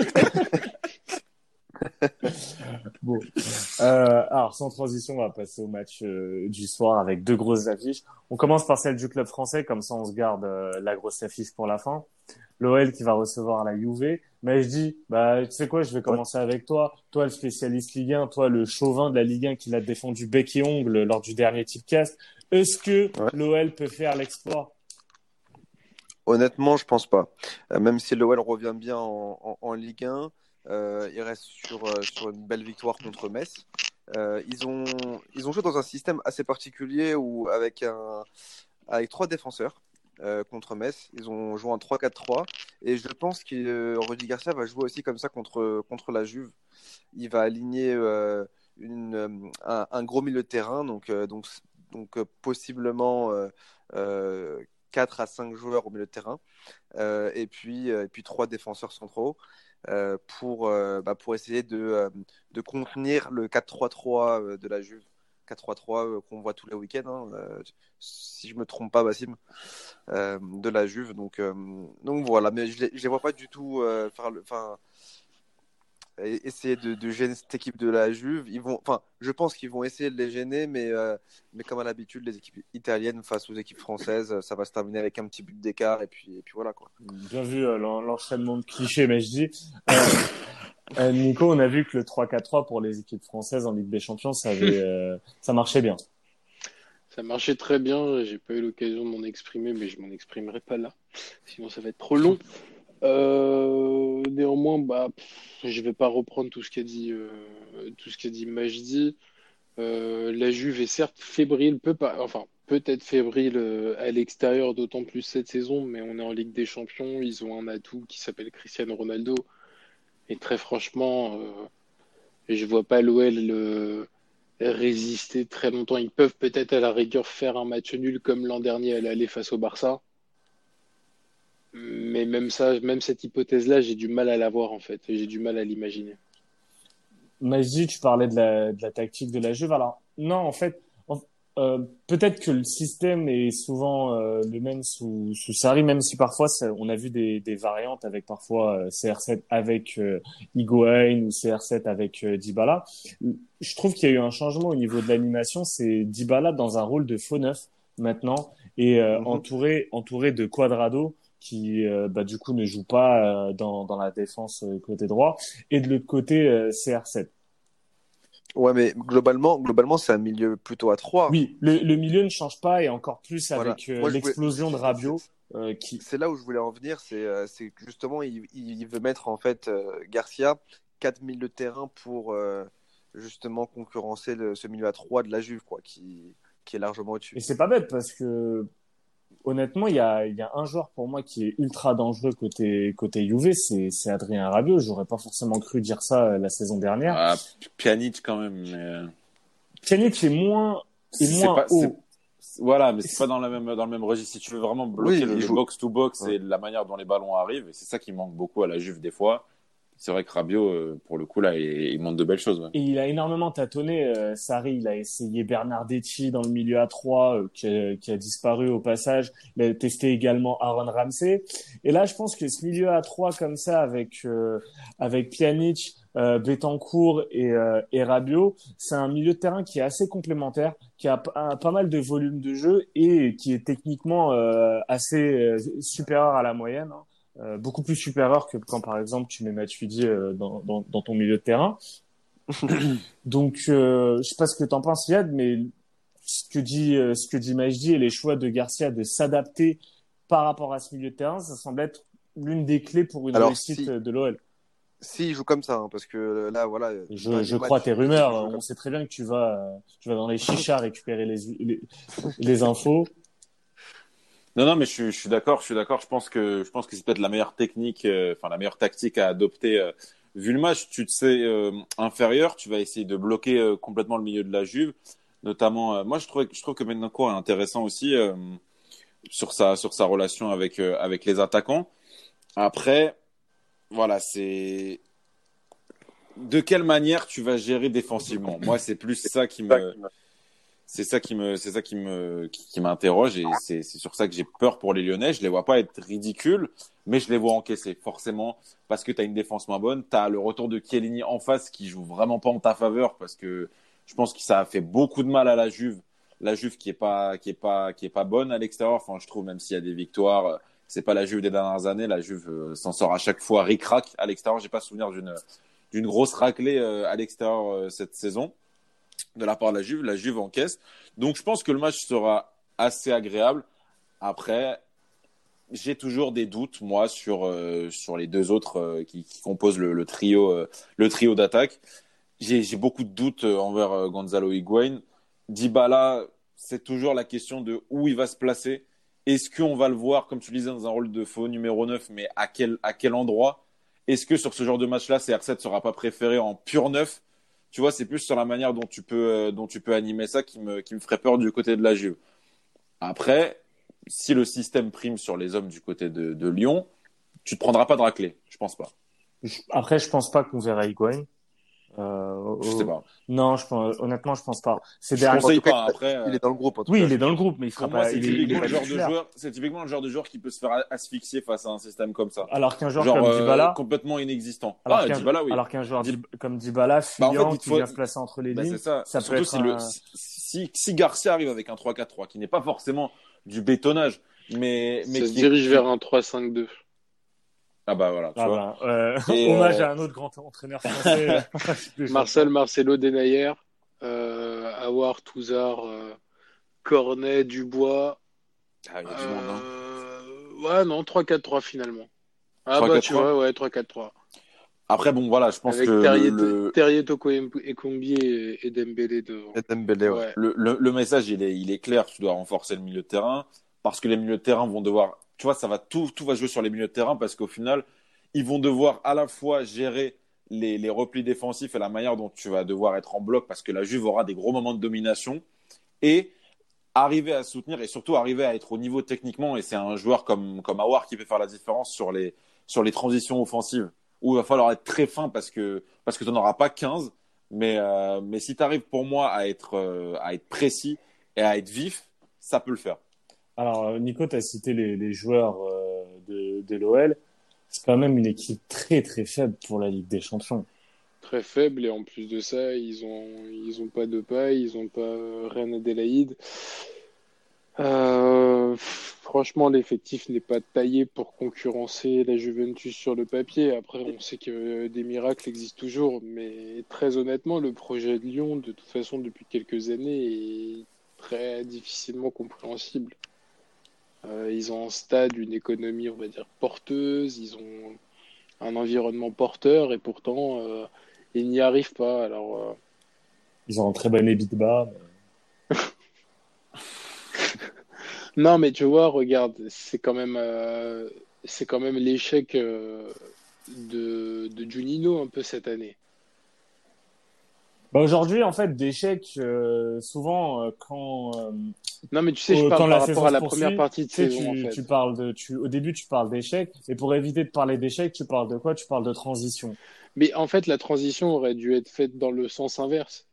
Bon. Euh, alors, sans transition, on va passer au match euh, du soir avec deux grosses affiches. On commence par celle du club français, comme ça on se garde euh, la grosse affiche pour la fin. L'O L qui va recevoir la Juve. Mais je dis, bah, tu sais quoi, je vais Ouais. commencer avec toi. Toi, le spécialiste Ligue un, toi, le chauvin de la Ligue un qui l'a défendu bec et ongle lors du dernier Tipcast. Est-ce que Ouais. l'O L peut faire l'exploit? Honnêtement, je pense pas. Euh, même si l'O L revient bien en, en, en Ligue un, euh, il reste sur, euh, sur une belle victoire contre Metz. Euh, ils ont, ils ont joué dans un système assez particulier où, avec, un, avec trois défenseurs euh, contre Metz, ils ont joué en trois quatre trois. Et je pense que euh, Rudy Garcia va jouer aussi comme ça contre, contre la Juve. Il va aligner euh, une, euh, un, un gros milieu de terrain, donc, euh, donc, donc euh, possiblement euh, euh, quatre à cinq joueurs au milieu de terrain, euh, et puis, euh, et puis trois défenseurs centraux euh, pour, euh, bah, pour essayer de, euh, de contenir le quatre trois trois euh, de la Juve. quatre trois trois euh, qu'on voit tous les week-ends, hein, euh, si je me trompe pas, Bassim, euh, de la Juve. Donc, euh, donc voilà, mais je ne les, je les vois pas du tout euh, faire le. Enfin, essayer de, de gêner cette équipe de la Juve. Ils vont, enfin, je pense qu'ils vont essayer de les gêner, mais, euh, mais comme à l'habitude, les équipes italiennes face aux équipes françaises, ça va se terminer avec un petit but d'écart et puis, et puis voilà quoi. Bien vu euh, l'en- l'enchaînement de clichés, mais je dis, euh, euh, Nico, on a vu que le trois quatre trois pour les équipes françaises en Ligue des Champions, ça avait, euh, ça marchait bien. Ça marchait très bien. J'ai pas eu l'occasion de m'en exprimer, mais je m'en exprimerai pas là. Sinon, ça va être trop long. Euh, néanmoins, bah, pff, je vais pas reprendre tout ce qu'a dit, euh, tout ce qu'a dit Majdi. Euh, la Juve est certes fébrile, peut pas, enfin, peut-être fébrile euh, à l'extérieur, d'autant plus cette saison, mais on est en Ligue des Champions. Ils ont un atout qui s'appelle Cristiano Ronaldo. Et très franchement, euh, je vois pas l'O L le, résister très longtemps. Ils peuvent peut-être à la rigueur faire un match nul comme l'an dernier à l'aller face au Barça. Mais même ça, même cette hypothèse-là, j'ai du mal à la voir en fait. J'ai du mal à l'imaginer. Majdi, tu parlais de la, de la tactique de la Juve. Alors, non, en fait, en- euh, peut-être que le système est souvent euh, le même sous, sous Sarri, même si parfois ça- on a vu des, des variantes avec parfois euh, C R sept avec euh, Higuaín ou C R sept avec euh, Dybala. Je trouve qu'il y a eu un changement au niveau de l'animation. C'est Dybala dans un rôle de faux neuf maintenant et euh, Mhm. entouré, entouré de Cuadrado qui euh, bah, du coup ne joue pas euh, dans, dans la défense euh, côté droit et de l'autre côté euh, C R sept. Ouais, mais globalement, globalement, c'est un milieu plutôt à trois. Oui, le, le milieu ne change pas et encore plus Voilà. avec euh, Moi, je voulais... l'explosion de c'est Rabiot c'est- euh, qui. c'est là où je voulais en venir. C'est euh, c'est que justement, il, il veut mettre en fait euh, Garcia quatre milieux de terrain pour euh, justement concurrencer le- ce milieu à trois de la Juve, quoi, qui, qui est largement Et au-dessus. c'est pas bête parce que honnêtement, il y a, il y a un joueur pour moi qui est ultra dangereux côté côté Juve, c'est c'est Adrien Rabiot. J'aurais pas forcément cru dire ça euh, la saison dernière. Ah, Pjanic quand même, mais euh, Pjanic est moins est c'est moins pas, c'est, haut. voilà, mais c'est pas dans la même dans le même registre. Si tu veux vraiment Oui, bloquer le, il le joue. box to box Ouais. et la manière dont les ballons arrivent, et c'est ça qui manque beaucoup à la Juve des fois. C'est vrai que Rabiot, euh, pour le coup là, il, il montre de belles choses. Ouais. Et il a énormément tâtonné. Euh, Sarri, il a essayé Bernardetti dans le milieu à trois, euh, qui, a, qui a disparu au passage. Il a testé également Aaron Ramsey. Et là, je pense que ce milieu à trois comme ça, avec euh, avec Pjanic, euh, Betancourt et, euh, et Rabiot, c'est un milieu de terrain qui est assez complémentaire, qui a p- un- pas mal de volume de jeu et qui est techniquement euh, assez euh, supérieur à la moyenne. Hein. Euh, beaucoup plus supérieur que quand par exemple tu mets Matuidi euh, dans, dans, dans ton milieu de terrain. Donc, euh, je sais pas ce que t'en penses, Yad, mais ce que dit, euh, ce que dit Majdi et les choix de Garcia de s'adapter par rapport à ce milieu de terrain, ça semble être l'une des clés pour une Alors, réussite si, de l'O L. si il joue comme ça, hein, parce que là, voilà, Je, dernier je crois match, tes il rumeurs. joue On comme sait très bien que tu vas, euh, tu vas dans les chichas récupérer les, les, les infos. Non, non, mais je suis, je suis d'accord, je suis d'accord. Je pense que, je pense que c'est peut-être la meilleure technique, euh, enfin la meilleure tactique à adopter. Euh, vu le match, tu te sais euh, inférieur, tu vas essayer de bloquer euh, complètement le milieu de la Juve, notamment. Euh, moi, je trouve, je trouve que Bentancur est intéressant aussi euh, sur sa, sur sa relation avec euh, avec les attaquants. Après, voilà, c'est de quelle manière tu vas gérer défensivement. Moi, c'est plus ça qui me c'est ça qui me c'est ça qui me qui, qui m'interroge et c'est c'est sur ça que j'ai peur pour les Lyonnais. Je les vois pas être ridicules, mais je les vois encaisser forcément parce que tu as une défense moins bonne, tu as le retour de Chiellini en face qui joue vraiment pas en ta faveur parce que je pense que ça a fait beaucoup de mal à la Juve, la Juve qui est pas qui est pas qui est pas bonne à l'extérieur. Enfin, je trouve même s'il y a des victoires, c'est pas la Juve des dernières années, la Juve euh, s'en sort à chaque fois ric-rac à l'extérieur. J'ai pas souvenir d'une d'une grosse raclée euh, à l'extérieur euh, cette saison de la part de la Juve. La Juve encaisse. Donc, je pense que le match sera assez agréable. Après, j'ai toujours des doutes, moi, sur, euh, sur les deux autres euh, qui, qui composent le, le trio, euh, le trio d'attaque. J'ai, j'ai beaucoup de doutes euh, envers euh, Gonzalo Higuaín. Dybala, c'est toujours la question de où il va se placer. Est-ce qu'on va le voir, comme tu le disais, dans un rôle de faux numéro neuf, mais à quel, à quel endroit? Est-ce que sur ce genre de match-là, C R sept ne sera pas préféré en pur neuf? Tu vois, c'est plus sur la manière dont tu peux, euh, dont tu peux animer ça qui me, qui me ferait peur du côté de la Juve. Après, si le système prime sur les hommes du côté de, de Lyon, tu ne te prendras pas de raclée. Je pense pas. Je- Après, je pense pas qu'on verra Higuaín. Euh, Je sais euh, pas. non, je pense, honnêtement, je pense pas. Ces Je derniers, En conseille tout cas, pas. Après, il euh, est dans le groupe, en tout oui, cas. il est dans le groupe, mais il sera pour moi, pas, c'est il est, il est typiquement pas le genre de titulaire. joueur. C'est typiquement le genre de joueur qui peut se faire asphyxier face à un système comme ça. Alors qu'un joueur Genre comme euh, Dybala, complètement inexistant. alors Ah, qu'un, Dybala, oui. alors qu'un joueur Dib- Dib- comme Dybala, Bah, en fait, fuyant, il te qui faut- vient se placer entre les Bah, lignes, c'est ça. ça peut Surtout être si, le, un... si, si, si Garcia arrive avec un trois quatre trois, qui n'est pas forcément du bétonnage, mais, mais Ça se qui est. dirige qui- vers un trois cinq deux. Ah bah voilà, tu Ah vois. bah, euh, Et, hommage euh, à un autre grand entraîneur français. Je sais plus, je Marcel sais Marcelo Denayer, euh, Awar, Touzard, euh, Cornet, Dubois. Ah, il y a du monde, hein. Euh, ouais, non, trois quatre trois finalement. Ah trois bah quatre tu trois. vois, ouais, trois quatre trois. Après, bon, voilà, je pense Avec que le, Terrier, le, Terrier Toko Ekombi et, et Dembélé devant. Et Dembélé, ouais. Ouais. le, le, le message, il est, il est clair. Tu dois renforcer le milieu de terrain parce que les milieux de terrain vont devoir. Tu vois, ça va tout, tout va jouer sur les milieux de terrain parce qu'au final, ils vont devoir à la fois gérer les, les replis défensifs et la manière dont tu vas devoir être en bloc parce que la Juve aura des gros moments de domination et arriver à soutenir et surtout arriver à être au niveau techniquement. Et c'est un joueur comme, comme Aouar qui peut faire la différence sur les, sur les transitions offensives où il va falloir être très fin parce que, parce que tu n'en auras pas quinze. Mais, euh, mais si tu arrives pour moi à être, euh, à être précis et à être vif, ça peut le faire. Alors, Nico, tu as cité les, les joueurs euh, de, de l'O L. C'est quand même une équipe très très faible pour la Ligue des Champions. Très faible et en plus de ça, ils ont ils ont pas de paille, ils ont pas euh, Reine Adélaïde. Euh, franchement, l'effectif n'est pas taillé pour concurrencer la Juventus sur le papier. Après, on sait que des miracles existent toujours, mais très honnêtement, le projet de Lyon, de toute façon, depuis quelques années, est très difficilement compréhensible. Euh, ils ont un stade, une économie, on va dire, porteuse, ils ont un environnement porteur et pourtant, euh, ils n'y arrivent pas. Alors, euh, Ils ont un très bon EBITDA. Mais... non, mais tu vois, regarde, c'est quand même, euh, c'est quand même l'échec euh, de, de Juninho un peu cette année. Bah aujourd'hui, en fait, d'échecs, euh, souvent, euh, quand, euh, Non, mais tu sais, je au- parle quand par la saison rapport à se la poursuit, première partie de tu sais, saison, en tu, fait. tu parles de, tu, au début, tu parles d'échecs, et pour éviter de parler d'échecs, tu parles de quoi? Tu parles de transition. Mais en fait, la transition aurait dû être faite dans le sens inverse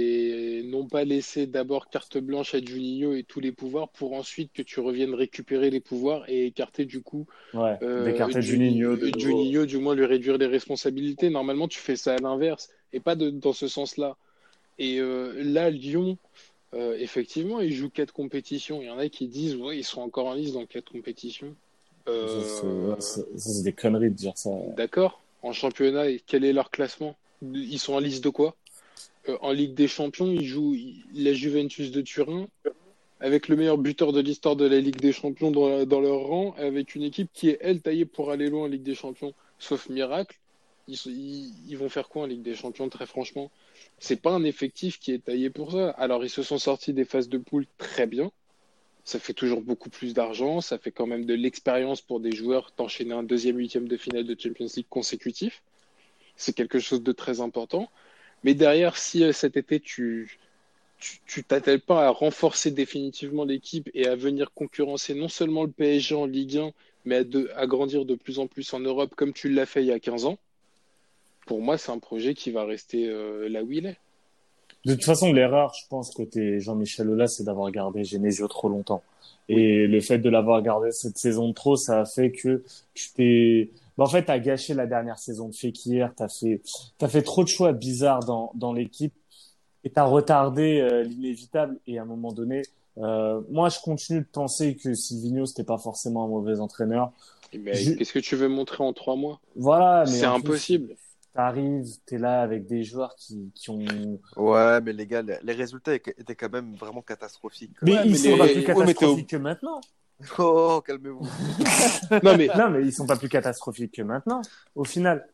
et non pas laisser d'abord carte blanche à Juninho et tous les pouvoirs pour ensuite que tu reviennes récupérer les pouvoirs et écarter du coup Ouais, euh, d'écarter Juni- Juninho de nouveau. Juninho, du moins lui réduire les responsabilités. Normalement, tu fais ça à l'inverse et pas de, dans ce sens-là. Et euh, là, Lyon, euh, effectivement, ils jouent quatre compétitions. Il y en a qui disent, ouais, ils sont encore en lice dans quatre compétitions. Ça, c'est, Euh, ouais, ça, ça, c'est des conneries de dire ça. D'accord. En championnat, et quel est leur classement? Ils sont en liste de quoi? Euh, en Ligue des Champions, ils jouent la Juventus de Turin avec le meilleur buteur de l'histoire de la Ligue des Champions dans, dans leur rang, avec une équipe qui est, elle, taillée pour aller loin en Ligue des Champions. Sauf miracle, ils, ils, ils vont faire quoi en Ligue des Champions, très franchement? C'est pas un effectif qui est taillé pour ça. Alors, ils se sont sortis des phases de poule très bien. Ça fait toujours beaucoup plus d'argent. Ça fait quand même de l'expérience pour des joueurs d'enchaîner un deuxième huitième de finale de Champions League consécutif. C'est quelque chose de très important. Mais derrière, si euh, cet été, tu tu tu t'attelles pas à renforcer définitivement l'équipe et à venir concurrencer non seulement le P S G en Ligue un, mais à, de, à grandir de plus en plus en Europe comme tu l'as fait il y a quinze ans, pour moi, c'est un projet qui va rester euh, là où il est. De toute façon, l'erreur, je pense, côté Jean-Michel Aulas, c'est d'avoir gardé Genesio trop longtemps. Et le fait de l'avoir gardé cette saison de trop, ça a fait que tu t'es, bah, en fait, t'as gâché la dernière saison de Fekir, t'as fait, t'as fait trop de choix bizarres dans, dans l'équipe et t'as retardé euh, l'inévitable. Et à un moment donné, euh, moi, je continue de penser que Silvino, c'était pas forcément un mauvais entraîneur. Mais Je- qu'est-ce que tu veux montrer en trois mois? Voilà, mais C'est en plus, impossible. t'arrives, t'es là avec des joueurs qui, qui ont, Ouais, mais les gars, les les résultats étaient quand même vraiment catastrophiques. mais Ouais, ils mais sont les- pas plus ouais, mais t'es catastrophiques que maintenant. Oh, calmez-vous. Non, mais Non, mais ils sont pas plus catastrophiques que maintenant, au final.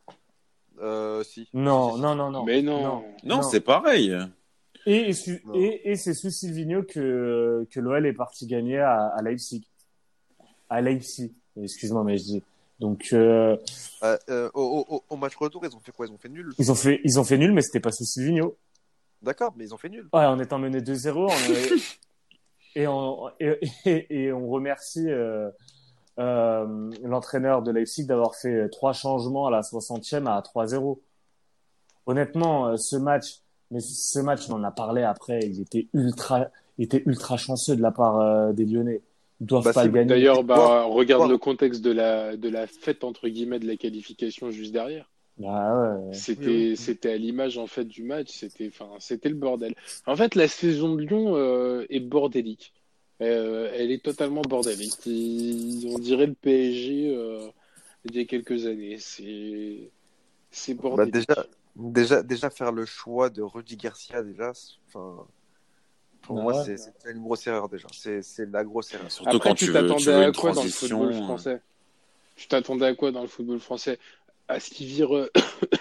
Euh, si. Non, Si, si, non, si. non, non. Mais non. Non, c'est pareil. Et, et, su- Non. et, et c'est sous Silvino que, que l'O L est parti gagner à, à Leipzig. À Leipzig. Excuse-moi, mais je dis. Donc, euh, Euh, euh, au, au- au match retour, ils ont fait quoi? Ils ont fait nul. ils ont fait, ils ont fait nul, mais c'était pas sous Silvino. D'accord, mais ils ont fait nul. Ouais, en étant mené deux zéro, on est- et, on, et, et, et on remercie, euh, euh, l'entraîneur de Leipzig d'avoir fait trois changements à la soixantième à trois zéro. Honnêtement, euh, ce match, mais ce match, on en a parlé après, il était ultra, il était ultra chanceux de la part euh, des Lyonnais. Ils doivent Bah, pas si, le gagner. D'ailleurs, bah, Voir- regarde voir- le contexte de la, de la fête, entre guillemets, de la qualification juste derrière. Bah ouais. C'était, Oui, oui. c'était à l'image, en fait, du match. C'était, enfin, c'était le bordel. En fait, la saison de Lyon euh, est bordélique. Euh, elle est totalement bordélique. Ils- on dirait le P S G euh, il y a quelques années. C'est, c'est Bah, bordélique. déjà, déjà, déjà faire le choix de Rudy Garcia, déjà, c'est- enfin, pour Bah moi, ouais. c'est c'est une grosse erreur déjà. C'est c'est la grosse erreur. Surtout Après, quand tu tu veux, tu t'attendais veux à une quoi dans le transition. football euh, français? Tu t'attendais à quoi dans le football français? À ce qu'il vire, euh,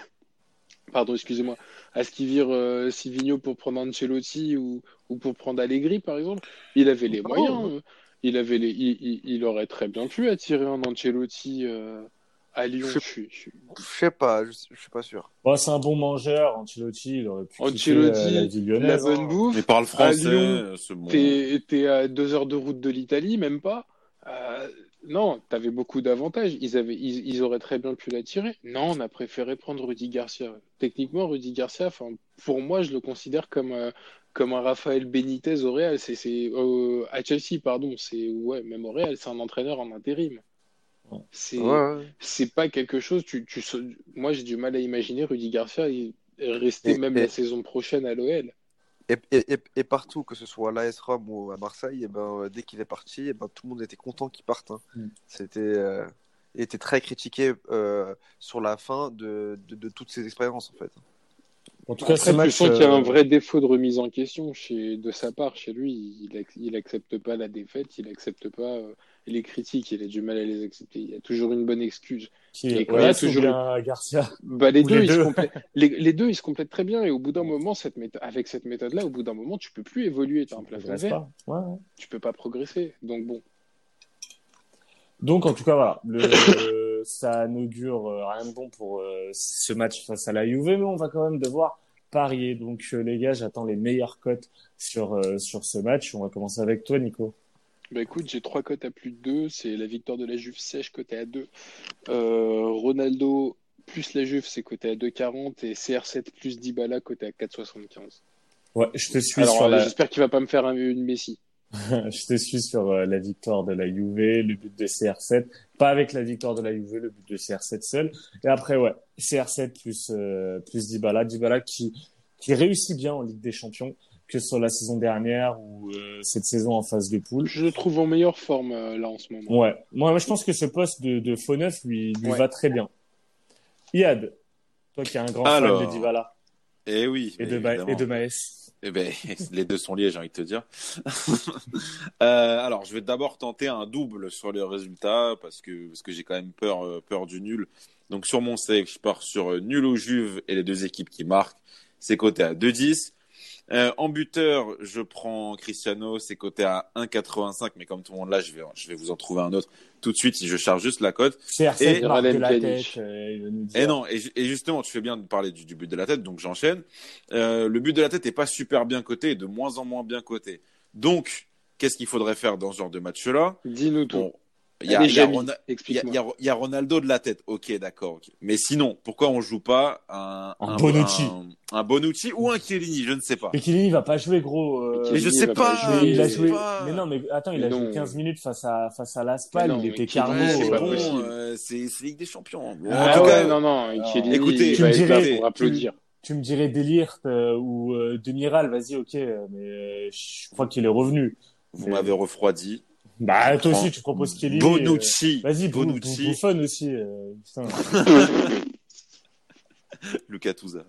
pardon, excusez-moi, à ce qu'il vire euh, Silvino pour prendre Ancelotti ou, ou pour prendre Allegri, par exemple? Il avait les moyens. euh. Il avait les, il, il- il aurait très bien pu attirer un Ancelotti euh, À Lyon, Je- je suis. je suis- Je sais pas, je, je suis pas sûr. Bon, c'est un bon mangeur, Ancelotti, il aurait pu quitter Ancelotti, euh, la vie la lyonnaise. bonne hein. bouffe. Il parle À français, Lyon, c'est bon. t'es, t'es à deux heures de route de l'Italie, même pas. Euh, non, t'avais beaucoup d'avantages. Ils avaient, ils, ils auraient très bien pu l'attirer. Non, on a préféré prendre Rudy Garcia. Techniquement, Rudy Garcia, enfin, pour moi, je le considère comme, euh, comme un Rafael Benitez au Real. C'est, c'est, euh, à Chelsea, pardon. C'est, ouais, même au Real, c'est un entraîneur en intérim. Ouais. C'est, Ouais, ouais. c'est pas quelque chose. Tu, tu, moi, j'ai du mal à imaginer Rudy Garcia y- rester Et, même et, la saison prochaine à l'O L. et, et, et- et partout, que ce soit à l'A S Rome ou à Marseille, et ben, euh, dès qu'il est parti, et ben, tout le monde était content qu'il parte. Hein. Mm. C'était, euh, il était très critiqué euh, sur la fin de, de, de toutes ces expériences, en fait. En tout cas, ce Après, tu match, sens qu'il y a un euh, vrai défaut de remise en question chez, de sa part. Chez lui, il, ac- il accepte pas la défaite, il accepte pas euh, les critiques, il a du mal à les accepter. Il y a toujours une bonne excuse. qui Et est quand il y a Olas ou toujours une- bien Garcia bah, les ou deux, les ils se deux. complètent. Les, les deux, ils se complètent très bien. Et au bout d'un moment, cette méthode, avec cette méthode-là, au bout d'un moment, tu peux plus évoluer. Tu as Tu un ne plafond de progresses verre. pas. Ouais, ouais. Tu peux pas progresser. Donc bon. Donc, en tout cas, voilà, le, ça n'augure euh, rien de bon pour euh, ce match face à la Juve, mais on va quand même devoir parier. Donc, euh, les gars, j'attends les meilleures cotes sur, euh, sur ce match. On va commencer avec toi, Nico. Bah écoute, j'ai trois cotes à plus de deux. C'est la victoire de la Juve sèche cotée à deux. Euh, Ronaldo plus la Juve, c'est coté à deux quarante. Et C R sept plus Dybala coté à quatre soixante-quinze. Ouais, je te suis Alors, sur euh, la, j'espère qu'il va pas me faire un- une Messi. je te suis sur euh, la victoire de la Juve, le but de C R sept. Pas avec la victoire de la Juve, le but de C R sept seul. Et après, ouais, C R sept plus, euh, plus Dybala. Dybala qui, qui réussit bien en Ligue des Champions, que sur la saison dernière ou euh, cette saison en phase de poule. Je le trouve en meilleure forme euh, là en ce moment. Ouais, moi, moi je pense que ce poste de, de faux neuf lui, lui Ouais. va très bien. Iad, toi qui es un grand fan Alors, de Dybala Eh oui, et mais de, Ma- évidemment. et de Maes. Eh ben, les deux sont liés, j'ai envie de te dire. Euh, alors, je vais d'abord tenter un double sur les résultats parce que parce que j'ai quand même peur euh, peur du nul. Donc sur mon save, je pars sur euh, nul au Juve et les deux équipes qui marquent. C'est coté à deux dix. Euh, en buteur, je prends Cristiano, c'est coté à un quatre-vingt-cinq, mais comme tout le monde là, je vais je vais vous en trouver un autre tout de suite si je charge juste la cote. C R sept Et marque de Miralem la Pjanic. tête. euh, il va nous Et dire. non, et, ju- et justement, tu fais bien de parler du, du but de la tête, donc j'enchaîne. Euh, le but de la tête est pas super bien coté, de moins en moins bien coté. Donc, qu'est-ce qu'il faudrait faire dans ce genre de match-là? Dis-nous tout. Bon, il y a, Allez, il y a Jamy, Rona- il y a- explique-moi. il y a- il y a Ronaldo de la tête. Ok, d'accord. ok. Mais sinon, pourquoi on joue pas un, Un Bonucci. un, un Bonucci ou un Chiellini? Je ne sais pas. Mais Chiellini, il va pas jouer, gros. euh, Mais Mais je Chiellini sais va pas. pas jouer. mais il a je sais joué. pas. Mais non, mais attends, il Mais a joué non. quinze minutes face à, face à l'Aspal. Mais non, Il mais était Chiellini, carnot. Ouais, c'est mais pas bon, possible. euh, c'est c'est Ligue des Champions. Bon, Ah en tout ouais, cas, non, non. alors, Chiellini, écoutez, il tu va me être là dirais- pour applaudir. Tu me dirais Delirte euh, ou euh, Demiral, vas-y, ok, euh, mais euh, je crois qu'il est revenu. vous Mais- m'avez refroidi. Bah, toi Prends aussi, tu proposes Chiellini. Bonucci. euh, Vas-y, Bou- Bou- Bonucci. Buffon aussi. euh, putain. Lucas Touza.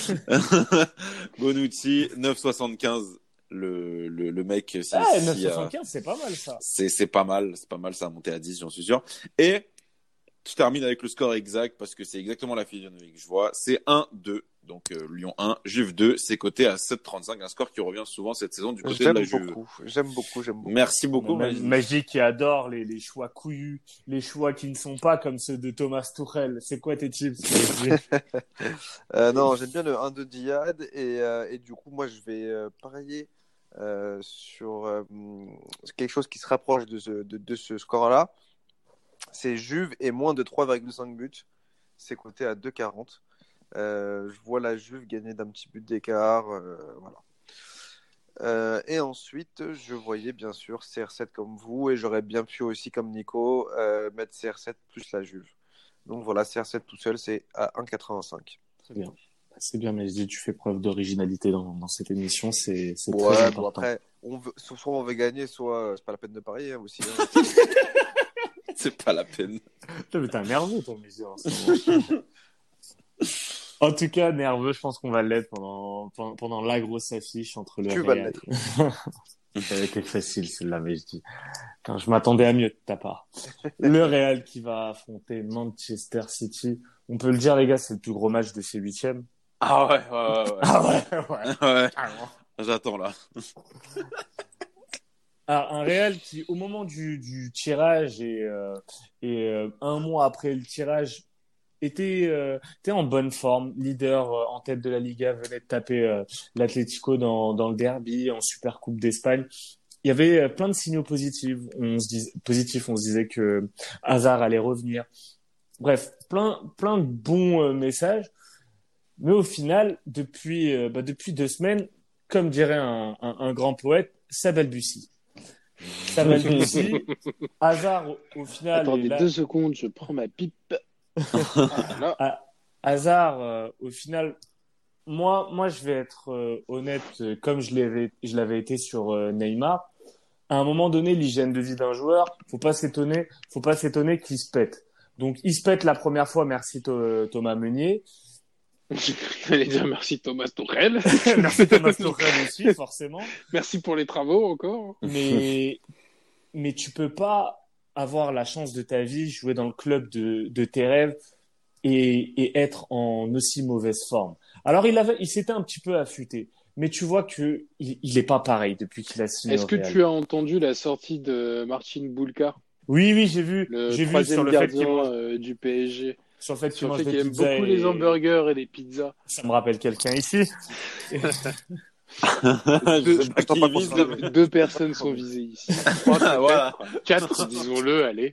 Bonucci, neuf soixante-quinze. Le, le, le mec, c'est Ah, si, neuf euh, soixante-quinze, c'est pas mal ça. c'est c'est pas mal, c'est pas mal, ça a monté à dix, j'en suis sûr. Et je termine avec le score exact parce que c'est exactement la physionomie que je vois. C'est un deux. Donc euh, Lyon un, Juve deux, c'est coté à sept trente-cinq, un score qui revient souvent cette saison du côté de J'aime la Juve. beaucoup, j'aime beaucoup, j'aime beaucoup. Merci beaucoup. Ma- Magie. Magic qui adore les, les choix couillus, les choix qui ne sont pas comme ceux de Thomas Tuchel. C'est quoi tes tips? Euh, non, j'aime bien le un de Diad et, euh, et du coup, moi, je vais euh, parier euh, sur euh, quelque chose qui se rapproche de ce, de, de ce score-là. C'est Juve et moins de trois virgule cinq buts. C'est coté à deux quarante. Euh, je vois la Juve gagner d'un petit but d'écart. euh, voilà. Euh, et ensuite, je voyais bien sûr C R sept comme vous et j'aurais bien pu aussi, comme Nico, euh, mettre C R sept plus la Juve. Donc voilà, C R sept tout seul, c'est à un virgule quatre-vingt-cinq. Très bien. C'est bien, mais je dis, tu fais preuve d'originalité dans, dans cette émission. C'est, c'est très Ouais, important. bon, après, on veut, soit on veut gagner, soit euh, c'est pas la peine de parier hein, aussi. hein. C'est pas la peine. Putain, mais t'es un nerveux, ton musée, en ce moment. En tout cas, nerveux, je pense qu'on va l'être pendant, pendant, pendant la grosse affiche entre le Tu vas Real. l'être. Ça a été facile, celle-là, mais je dis. Putain, je m'attendais à mieux de ta part. Le Real qui va affronter Manchester City. On peut le dire, les gars, c'est le plus gros match de ces huitièmes. Ah ouais, ouais, ouais. Ah ouais, ouais. ouais. Carrément. J'attends là. à un Real qui, au moment du, du tirage et, euh, et euh, un mois après le tirage, était, euh, était en bonne forme, leader euh, en tête de la Liga, venait de taper euh, l'Atlético dans, dans le derby, en Super Coupe d'Espagne. Il y avait euh, plein de signaux positifs. On se disait, positifs, on se disait que Hazard allait revenir. Bref, plein, plein de bons euh, messages. Mais au final, depuis, euh, bah, depuis deux semaines, comme dirait un, un, un grand poète, ça balbutie. Ça balbutie. Hazard, au, au final. Attendez là... deux secondes, je prends ma pipe. Voilà. À, Hazard, euh, au final, moi, moi, je vais être euh, honnête, euh, comme je l'avais, je l'avais été sur euh, Neymar. À un moment donné, l'hygiène de vie d'un joueur, faut pas s'étonner, faut pas s'étonner qu'il se pète. Donc, il se pète la première fois, merci to- Thomas Meunier. J'allais dire merci Thomas Tuchel. Merci Thomas Tuchel aussi, forcément. Merci pour les travaux encore. Mais, mais tu peux pas avoir la chance de ta vie, jouer dans le club de, de tes rêves et, et être en aussi mauvaise forme. Alors, il avait, il s'était un petit peu affûté. Mais tu vois que il, il est pas pareil depuis qu'il a signé Est-ce au que Real. tu as entendu la sortie de Marcin Bulka, Oui, oui, j'ai vu. le J'ai vu troisième sur le fait gardien qu'il mange, euh, du P S G, sur le fait qu'il sur le mange fait des qu'il aime pizzas beaucoup et les hamburgers et les pizzas. ça me rappelle quelqu'un ici. Je Deux, sais pas Attends, qui pas vise, contre- là. deux, deux personnes sont visées ici. Trois, peut-être. Voilà. Quatre, disons-le, allez.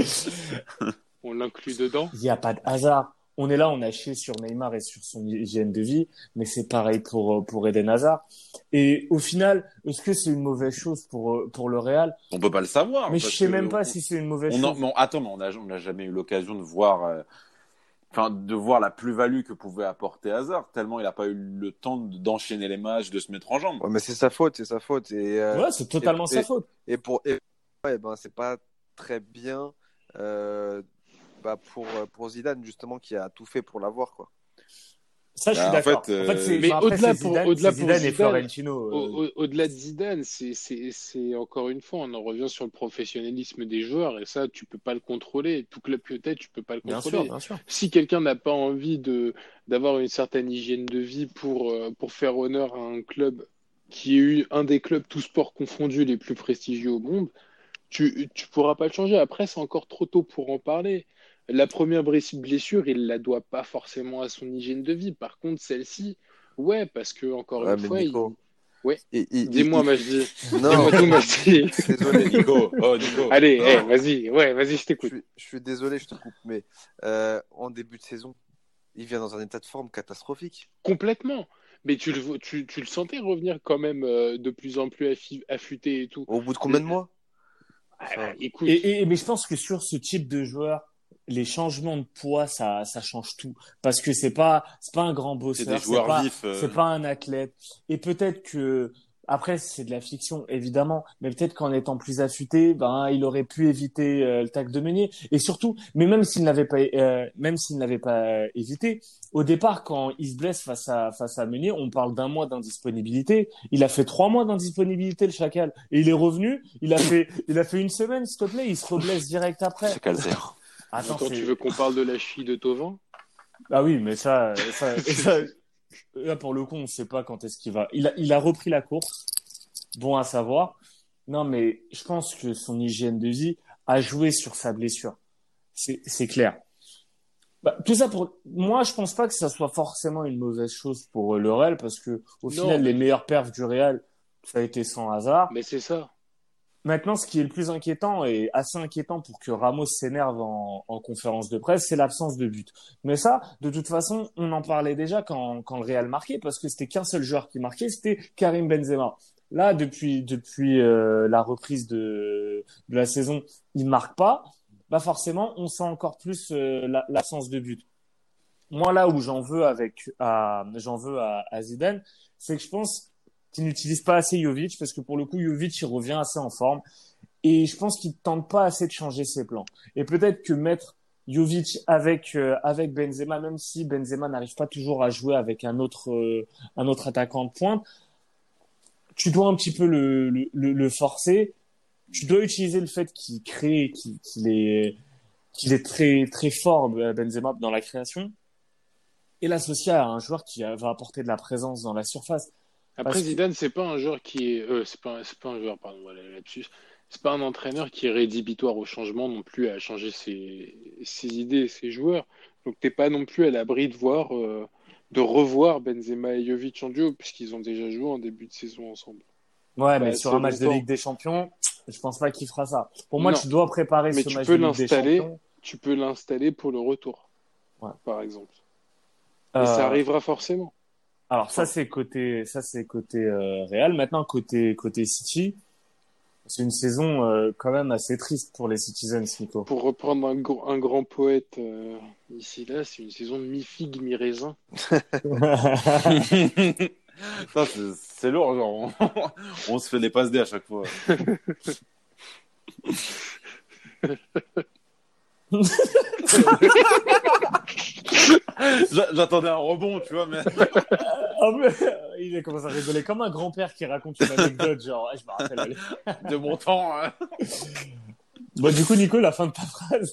On l'inclut dedans. Il n'y a pas de hasard. On est là, on a chié sur Neymar et sur son hygiène de vie, mais c'est pareil pour pour Eden Hazard. Et au final, est-ce que c'est une mauvaise chose pour pour le Real? On peut pas le savoir. Mais je parce sais que même pas on- si c'est une mauvaise on en- chose. mais on- attends, mais on a, on a jamais eu l'occasion de voir, euh, enfin, de voir la plus-value que pouvait apporter Hazard, tellement il a pas eu le temps de- d'enchaîner les matchs, de se mettre en jambes. Ouais, mais c'est sa faute, c'est sa faute. Et, euh, Ouais, c'est totalement et- sa faute. et pour et, ouais, ben c'est pas très bien euh, bah, pour pour Zidane justement qui a tout fait pour l'avoir quoi. Ça, je Bah, suis en d'accord. fait, En fait, c'est, Mais enfin, après, au-delà c'est pour- Zidane, au-delà c'est pour Zidane et Zidane, Florentino. Au- euh, au- Au-delà de Zidane, c'est, c'est, c'est encore une fois, on en revient sur le professionnalisme des joueurs et ça, tu peux pas le contrôler. Tout club peut-être, tu peux pas le Bien sûr, contrôler. bien sûr. Si quelqu'un n'a pas envie de d'avoir une certaine hygiène de vie pour euh, pour faire honneur à un club qui est eu un des clubs tous sports confondus les plus prestigieux au monde, tu tu pourras pas le changer. Après, c'est encore trop tôt pour en parler. La première blessure, il la doit pas forcément à son hygiène de vie. Par contre, celle-ci, ouais, parce que encore Ouais, une mais fois, Nico, il... ouais. il- il- Dis-moi, il- Majdi. Non, Dis-moi tout, Majdi. désolé, Nico, oh Nico. Allez, Non. eh, vas-y, ouais, vas-y, je Je t'écoute. suis, je suis désolé, je te coupe, mais euh, en début de saison, il vient dans un état de forme catastrophique. Complètement. Mais tu le, tu, tu le sentais revenir quand même euh, de plus en plus affi- affûté et tout. Au bout de combien de mois? Ah, écoute, Et, et, mais je pense que sur ce type de joueur, les changements de poids, ça, ça change tout. Parce que c'est pas, c'est pas un grand bosseur, C'est des joueurs pas, vifs, euh. c'est pas un athlète. Et peut-être que, après, c'est de la fiction, évidemment, mais peut-être qu'en étant plus affûté, ben, il aurait pu éviter euh, le tacle de Meunier. Et surtout, mais même s'il n'avait pas, euh, même s'il n'avait pas euh, évité, au départ, quand il se blesse face à face à Meunier, on parle d'un mois d'indisponibilité. Il a fait trois mois d'indisponibilité, le chacal, et il est revenu. Il a fait, il a fait une semaine, s'il te plaît. Il se reblesse direct après. C'est Calzer. Attends, attends, c'est- tu veux qu'on parle de la cheville de Thauvin? Ah oui, mais ça, ça, ça- là pour le coup, on ne sait pas quand est-ce qu'il va. Il a, il a repris la course. Bon à savoir. Non, mais je pense que son hygiène de vie a joué sur sa blessure. C'est, c'est clair. Bah, tout ça pour moi, je pense pas que ça soit forcément une mauvaise chose pour euh, le Real parce que au Non, final, mais- les meilleurs perfs du Real, ça a été sans hasard. Mais c'est ça. Maintenant, ce qui est le plus inquiétant et assez inquiétant pour que Ramos s'énerve en, en conférence de presse, c'est l'absence de but. Mais ça, de toute façon, on en parlait déjà quand, quand le Real marquait, parce que c'était qu'un seul joueur qui marquait, c'était Karim Benzema. Là, depuis depuis euh, la reprise de, de la saison, il marque pas. Bah forcément, on sent encore plus euh, la- l'absence de but. Moi, là où j'en veux avec à, j'en veux à, à Zidane, c'est que je pense qu'il n'utilise pas assez Jovic parce que pour le coup, Jovic il revient assez en forme et je pense qu'il tente pas assez de changer ses plans. Et peut-être que mettre Jovic avec euh, avec Benzema, même si Benzema n'arrive pas toujours à jouer avec un autre euh, un autre attaquant de pointe, tu dois un petit peu le le, le, le forcer. Tu dois utiliser le fait qu'il crée, qu'il, qu'il est qu'il est très très fort Benzema dans la création et l'associer à un joueur qui va apporter de la présence dans la surface. Après, Parce que Zidane, c'est pas un joueur qui est. Euh, c'est pas, c'est pas un joueur, pardon, voilà, lapsus. C'est pas un entraîneur qui est rédhibitoire au changement non plus, à changer ses, ses idées et ses joueurs. Donc, t'es pas non plus à l'abri de voir, euh, de revoir Benzema et Jovic en duo, puisqu'ils ont déjà joué en début de saison ensemble. ouais, Pas mais sur assez un match de longtemps. Ligue des Champions, je pense pas qu'il fera ça. Pour moi, Non, tu dois préparer mais ce tu match peux de Ligue des l'installer, Champions. tu peux l'installer pour le retour, Ouais. par exemple. Et ça Euh, arrivera forcément. alors ça Enfin, c'est côté, ça c'est côté euh, Real. Maintenant côté côté City, c'est une saison euh, quand même assez triste pour les Citizens, Nico. pour reprendre un, gr- un grand poète euh, ici là, c'est une saison mi-figue, mi-raisin. Ça, c'est c'est lourd, genre. On, on se fait des passes D à chaque fois. J'a- J'attendais un rebond, tu vois, mais Ah, mais, il a commencé à rigoler comme un grand-père qui raconte une anecdote, genre, ah, je me rappelle. Allez. de mon temps. Hein. Bon, du coup, Nico, la fin de ta phrase.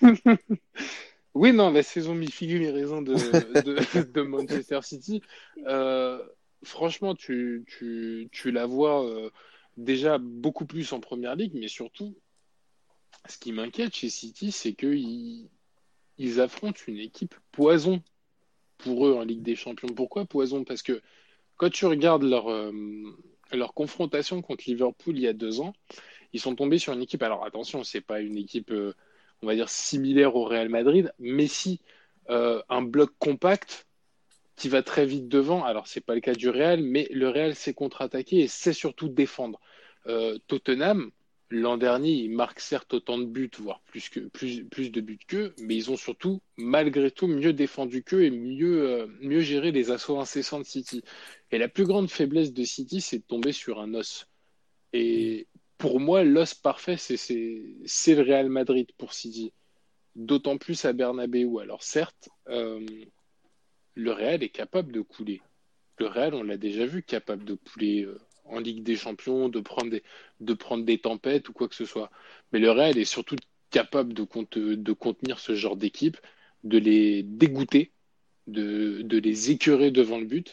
Oui, non, la saison mi-figue, mi-raisin de, de, de Manchester City, euh, franchement, tu, tu, tu la vois euh, déjà beaucoup plus en première ligue, mais surtout, ce qui m'inquiète chez City, c'est qu'ils ils affrontent une équipe poison pour eux en Ligue des Champions. Pourquoi poison? Parce que quand tu regardes leur, euh, leur confrontation contre Liverpool il y a deux ans, ils sont tombés sur une équipe. Alors attention, c'est pas une équipe, euh, on va dire, similaire au Real Madrid, mais si euh, un bloc compact qui va très vite devant. Alors c'est pas le cas du Real, mais le Real sait contre-attaquer et sait surtout défendre. Euh, Tottenham, l'an dernier, ils marquent certes autant de buts, voire plus, que, plus, plus de buts qu'eux, mais ils ont surtout, malgré tout, mieux défendu qu'eux et mieux, euh, mieux géré les assauts incessants de City. Et la plus grande faiblesse de City, c'est de tomber sur un os. Et pour moi, l'os parfait, c'est, c'est, c'est le Real Madrid pour City. D'autant plus à Bernabeu. Alors certes, euh, le Real est capable de couler. Le Real, on l'a déjà vu, capable de couler euh, en Ligue des Champions, de prendre des, de prendre des tempêtes ou quoi que ce soit. Mais le Real est surtout capable de, compte- de contenir ce genre d'équipe, de les dégoûter, de, de les écœurer devant le but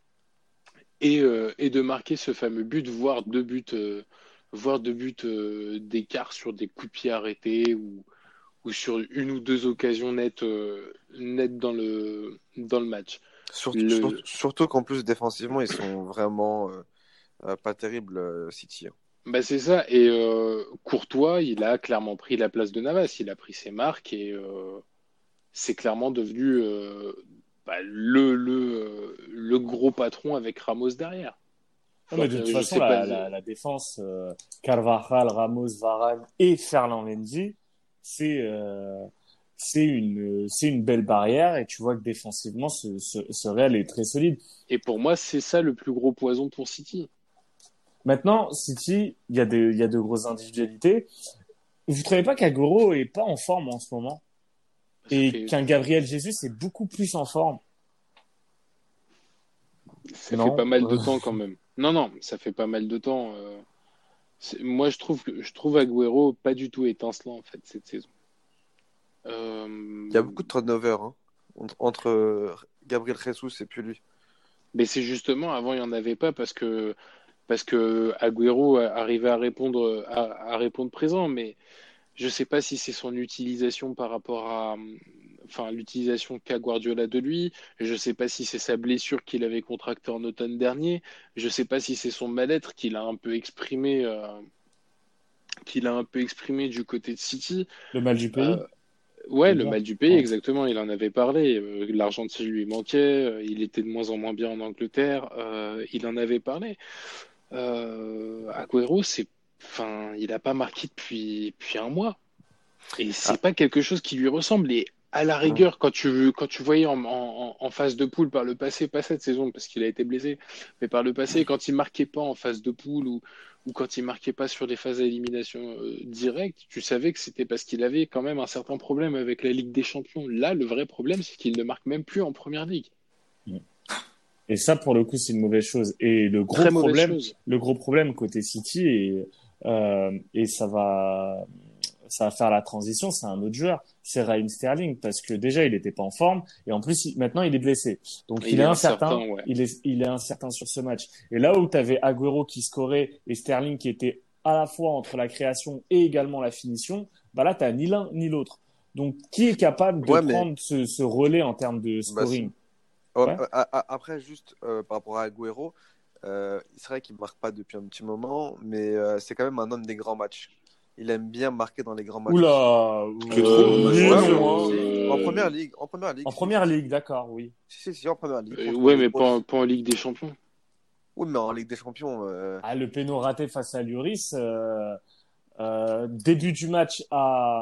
et, euh, et de marquer ce fameux but, voire deux buts, euh, voire deux buts euh, d'écart sur des coups de pied arrêtés ou, ou sur une ou deux occasions nettes, euh, nettes dans le, dans le match. Surtout, surtout, Le, surtout qu'en plus, défensivement, ils sont vraiment euh, euh, pas terribles, euh, City. Hein. Bah c'est ça. Et euh, Courtois, il a clairement pris la place de Navas. Il a pris ses marques et euh, c'est clairement devenu euh, bah, le, le, euh, le gros patron avec Ramos derrière. Non, Enfin, mais de toute euh, je façon, sais pas. la, la, la défense, euh, Carvajal, Ramos, Varane et Ferland Mendy, c'est euh, c'est une c'est une belle barrière et tu vois que défensivement, ce, ce, ce Real est très solide. Et pour moi, c'est ça le plus gros poison pour City. Maintenant, City, il y a des il y a de grosses individualités. Vous trouvez pas qu'Aguero est pas en forme en ce moment Ça et fait, qu'un Gabriel Jesus est beaucoup plus en forme? ça fait Non? pas mal de temps quand même. Non, non, ça fait pas mal de temps. euh, c'est- Moi, je trouve que je trouve Agüero pas du tout étincelant en fait cette saison. Il y a Euh, beaucoup de turnover hein, entre, entre euh, Gabriel Jesus et puis lui. Mais c'est justement avant il y en avait pas parce que parce que Agüero arrivait à répondre à, à répondre présent, mais je sais pas si c'est son utilisation par rapport à enfin l'utilisation qu'a Guardiola de lui, je sais pas si c'est sa blessure qu'il avait contractée en automne dernier, je sais pas si c'est son mal-être qu'il a un peu exprimé euh, qu'il a un peu exprimé du côté de City. Le mal du pays? Euh, Ouais, Tu veux le dire? mal du pays, Ouais. exactement, il en avait parlé. Euh, L'Argentine lui manquait, euh, il était de moins en moins bien en Angleterre, euh, il en avait parlé. Euh, Agüero, c'est, enfin, il n'a pas marqué depuis, depuis un mois. Et c'est Ah, pas quelque chose qui lui ressemble. Et à la non. rigueur, quand tu, quand tu voyais en, en, en phase de poule par le passé, pas cette saison parce qu'il a été blessé, mais par le passé, quand il marquait pas en phase de poule ou, ou quand il marquait pas sur des phases à élimination euh, directe, tu savais que c'était parce qu'il avait quand même un certain problème avec la Ligue des Champions. Là, le vrai problème, c'est qu'il ne marque même plus en première ligue. Et ça, pour le coup, c'est une mauvaise chose. Et le gros Très mauvaise problème, chose. le gros problème côté City, et, euh, et ça va, ça va faire la transition, c'est un autre joueur, c'est Raheem Sterling, parce que déjà il était pas en forme et en plus il- maintenant il est blessé. Donc il, Il est est incertain, incertain, ouais. il est il est incertain sur ce match. Et là où tu avais Agüero qui scorait et Sterling qui était à la fois entre la création et également la finition, bah là t'as ni l'un ni l'autre. Donc qui est capable de Ouais, mais prendre ce, ce relais en termes de bah, c'est- scoring? ouais, Ouais. a- a- après, juste euh, par rapport à Agüero, euh, c'est vrai qu'il marque pas depuis un petit moment, mais euh, c'est quand même un homme des grands matchs. Il aime bien marquer dans les grands matchs aussi. Oula, Tu euh, trouves? Moi, je suis oui, pas Ouais, sûr. non, si, hein. en Euh, première ligue, en première ligue, En si, première si, si, ligue, d'accord, oui. si, si, si, en première ligue, euh, contre ouais, des mais pas, en- grosses. pas en Ligue des Champions. Oui, mais en Ligue des Champions, euh, Ah, le péno raté face à Lloris, euh, euh, début du match à,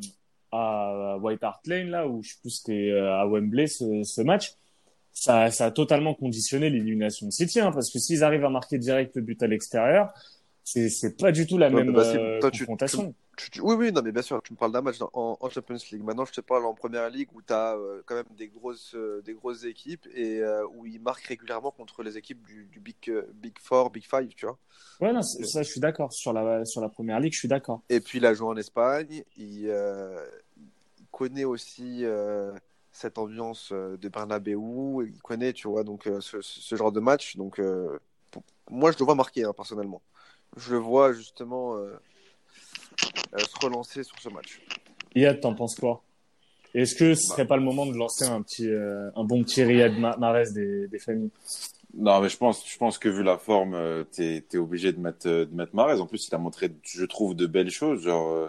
à White Hart Lane, là, où je sais plus si c'était euh, à Wembley, ce, ce match, ça, ça a totalement conditionné l'élimination de City, hein, parce que s'ils arrivent à marquer direct le but à l'extérieur, c'est, c'est pas du tout la ouais, mais même Bassim, euh, toi, tu, tu, confrontation. tu- tu- oui, oui, non, mais bien sûr, tu me parles d'un match dans- en, en Champions League. Maintenant, je te parle en première ligue où tu as quand même des grosses, euh, des grosses équipes et euh, où ils marquent régulièrement contre les équipes du, du Big, euh, Big Four, Big Five, tu vois. Ouais, non, c'est- ça, je suis d'accord. Sur la, sur la première ligue, je suis d'accord. Et puis, il a joué en Espagne. Il, euh, il connaît aussi euh, cette ambiance euh, de Bernabeu. Il connaît, tu vois, donc euh, ce, ce genre de match. Donc, euh, pour- moi, je le vois marquer, hein, personnellement. Je le vois justement euh, euh, se relancer sur ce match. Yad, t'en penses quoi? Est-ce que ce Bah, serait pas le moment de lancer un petit, euh, un bon petit Riyad Ma- Mahrez des, des familles? Non, mais je pense, je pense que vu la forme, euh, t'es, t'es obligé de mettre, euh, de mettre Mahrez. En plus, il a montré, je trouve, de belles choses. Genre, euh,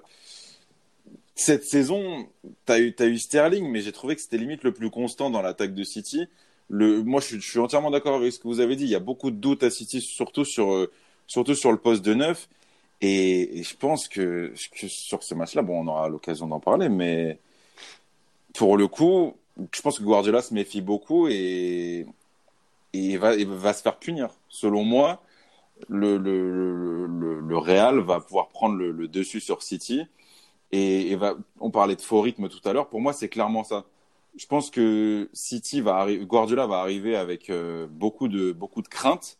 cette saison, t'as eu, t'as eu Sterling, mais j'ai trouvé que c'était limite le plus constant dans l'attaque de City. Le, moi, je suis, je suis entièrement d'accord avec ce que vous avez dit. Il y a beaucoup de doutes à City, surtout sur, euh, surtout sur le poste de neuf. Et, et je pense que, que sur ce match-là, bon, on aura l'occasion d'en parler, mais pour le coup, je pense que Guardiola se méfie beaucoup et, et il va, il va se faire punir. Selon moi, le, le, le, le Real va pouvoir prendre le, le dessus sur City. Et, et va, on parlait de faux rythme tout à l'heure. Pour moi, c'est clairement ça. Je pense que City va arriver, Guardiola va arriver avec euh, beaucoup de beaucoup de craintes.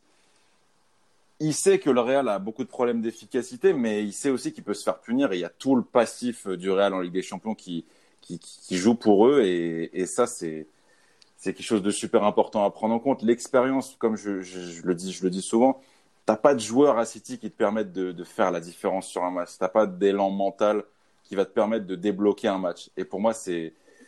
Il sait que le Real a beaucoup de problèmes d'efficacité, mais il sait aussi qu'il peut se faire punir. Et il y a tout le passif du Real en Ligue des Champions qui qui, qui joue pour eux. Et, et ça, c'est c'est quelque chose de super important à prendre en compte. L'expérience, comme je, je, je le dis, je le dis souvent, t'as pas de joueur à City qui te permettent de, de faire la différence sur un match. T'as pas d'élan mental qui va te permettre de débloquer un match. Et pour moi, c'est,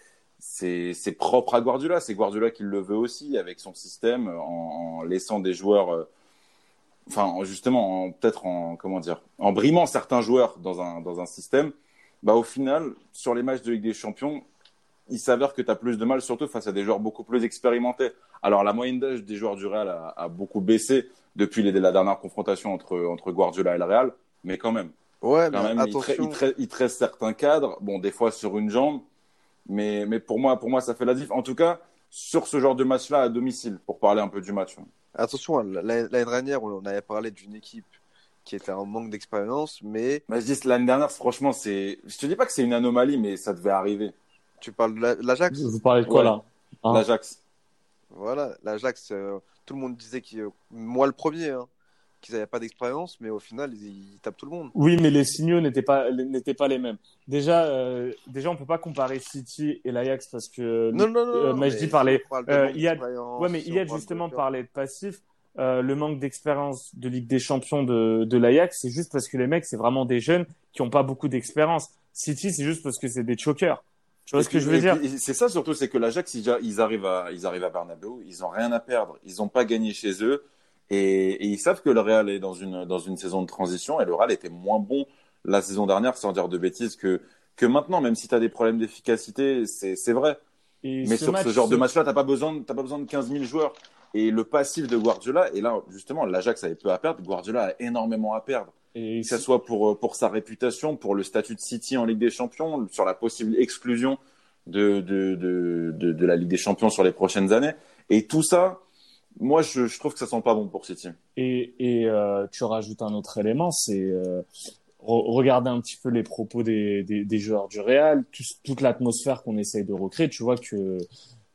c'est, c'est propre à Guardiola. C'est Guardiola qui le veut aussi avec son système, en, en laissant des joueurs, euh, enfin, justement, en, peut-être en, comment dire, en brimant certains joueurs dans un, dans un système. Bah, au final, sur les matchs de Ligue des Champions, il s'avère que tu as plus de mal, surtout face à des joueurs beaucoup plus expérimentés. Alors, la moyenne d'âge des joueurs du Real a, a beaucoup baissé depuis les, la dernière confrontation entre, entre Guardiola et le Real, mais quand même. ouais, mais Quand même, il te, attention. il, te, il te reste certains cadres, bon, des fois sur une jambe, mais, mais pour moi, pour moi, ça fait la diff. En tout cas, sur ce genre de match-là, à domicile, pour parler un peu du match. Attention, l'année l'année dernière, on avait parlé d'une équipe qui était en manque d'expérience, mais Mais je dis, l'année dernière, franchement, c'est, je te dis pas que c'est une anomalie, mais ça devait arriver. tu parles de la- l'Ajax. Vous parlez de quoi, Ouais. là? Hein? L'Ajax. Voilà, l'Ajax, euh, tout le monde disait que moi le premier, hein, qu'ils n'avaient pas d'expérience, mais au final, ils, ils tapent tout le monde. Oui, mais les signaux n'étaient pas, n'étaient pas les mêmes. Déjà, euh, déjà, on peut pas comparer City et l'Ajax parce que Non, non, non, euh, non, Majdi mais parlait. si on parle de Euh, manque Iyad, d'expérience, ouais, mais si on Iyad parle justement de- parlait de passif. Euh, le manque d'expérience de Ligue des Champions de, de l'Ajax, c'est juste parce que les mecs, c'est vraiment des jeunes qui ont pas beaucoup d'expérience. City, c'est juste parce que c'est des chokers. Tu vois Et ce puis- que je veux et dire? puis, c'est ça surtout, c'est que l'Ajax, ils, ils arrivent à, ils arrivent à Bernabeu, ils ont rien à perdre, ils ont pas gagné chez eux, et, et ils savent que le Real est dans une, dans une saison de transition, et le Real était moins bon la saison dernière, sans dire de bêtises, que, que maintenant, même si tu as des problèmes d'efficacité, c'est, c'est vrai. Et Mais ce sur match, ce genre ce- de match-là, t'as pas besoin, de- t'as pas besoin de quinze mille joueurs. Et le passif de Guardiola, et là, justement, l'Ajax avait peu à perdre, Guardiola a énormément à perdre. et Que ce soit pour, pour sa réputation, pour le statut de City en Ligue des Champions, sur la possible exclusion de, de, de, de, de la Ligue des Champions sur les prochaines années. Et tout ça, moi, je, je trouve que ça sent pas bon pour City. Et, et euh, tu rajoutes un autre élément, c'est euh, re- regarder un petit peu les propos des, des, des joueurs du Real, tout- toute l'atmosphère qu'on essaye de recréer. Tu vois que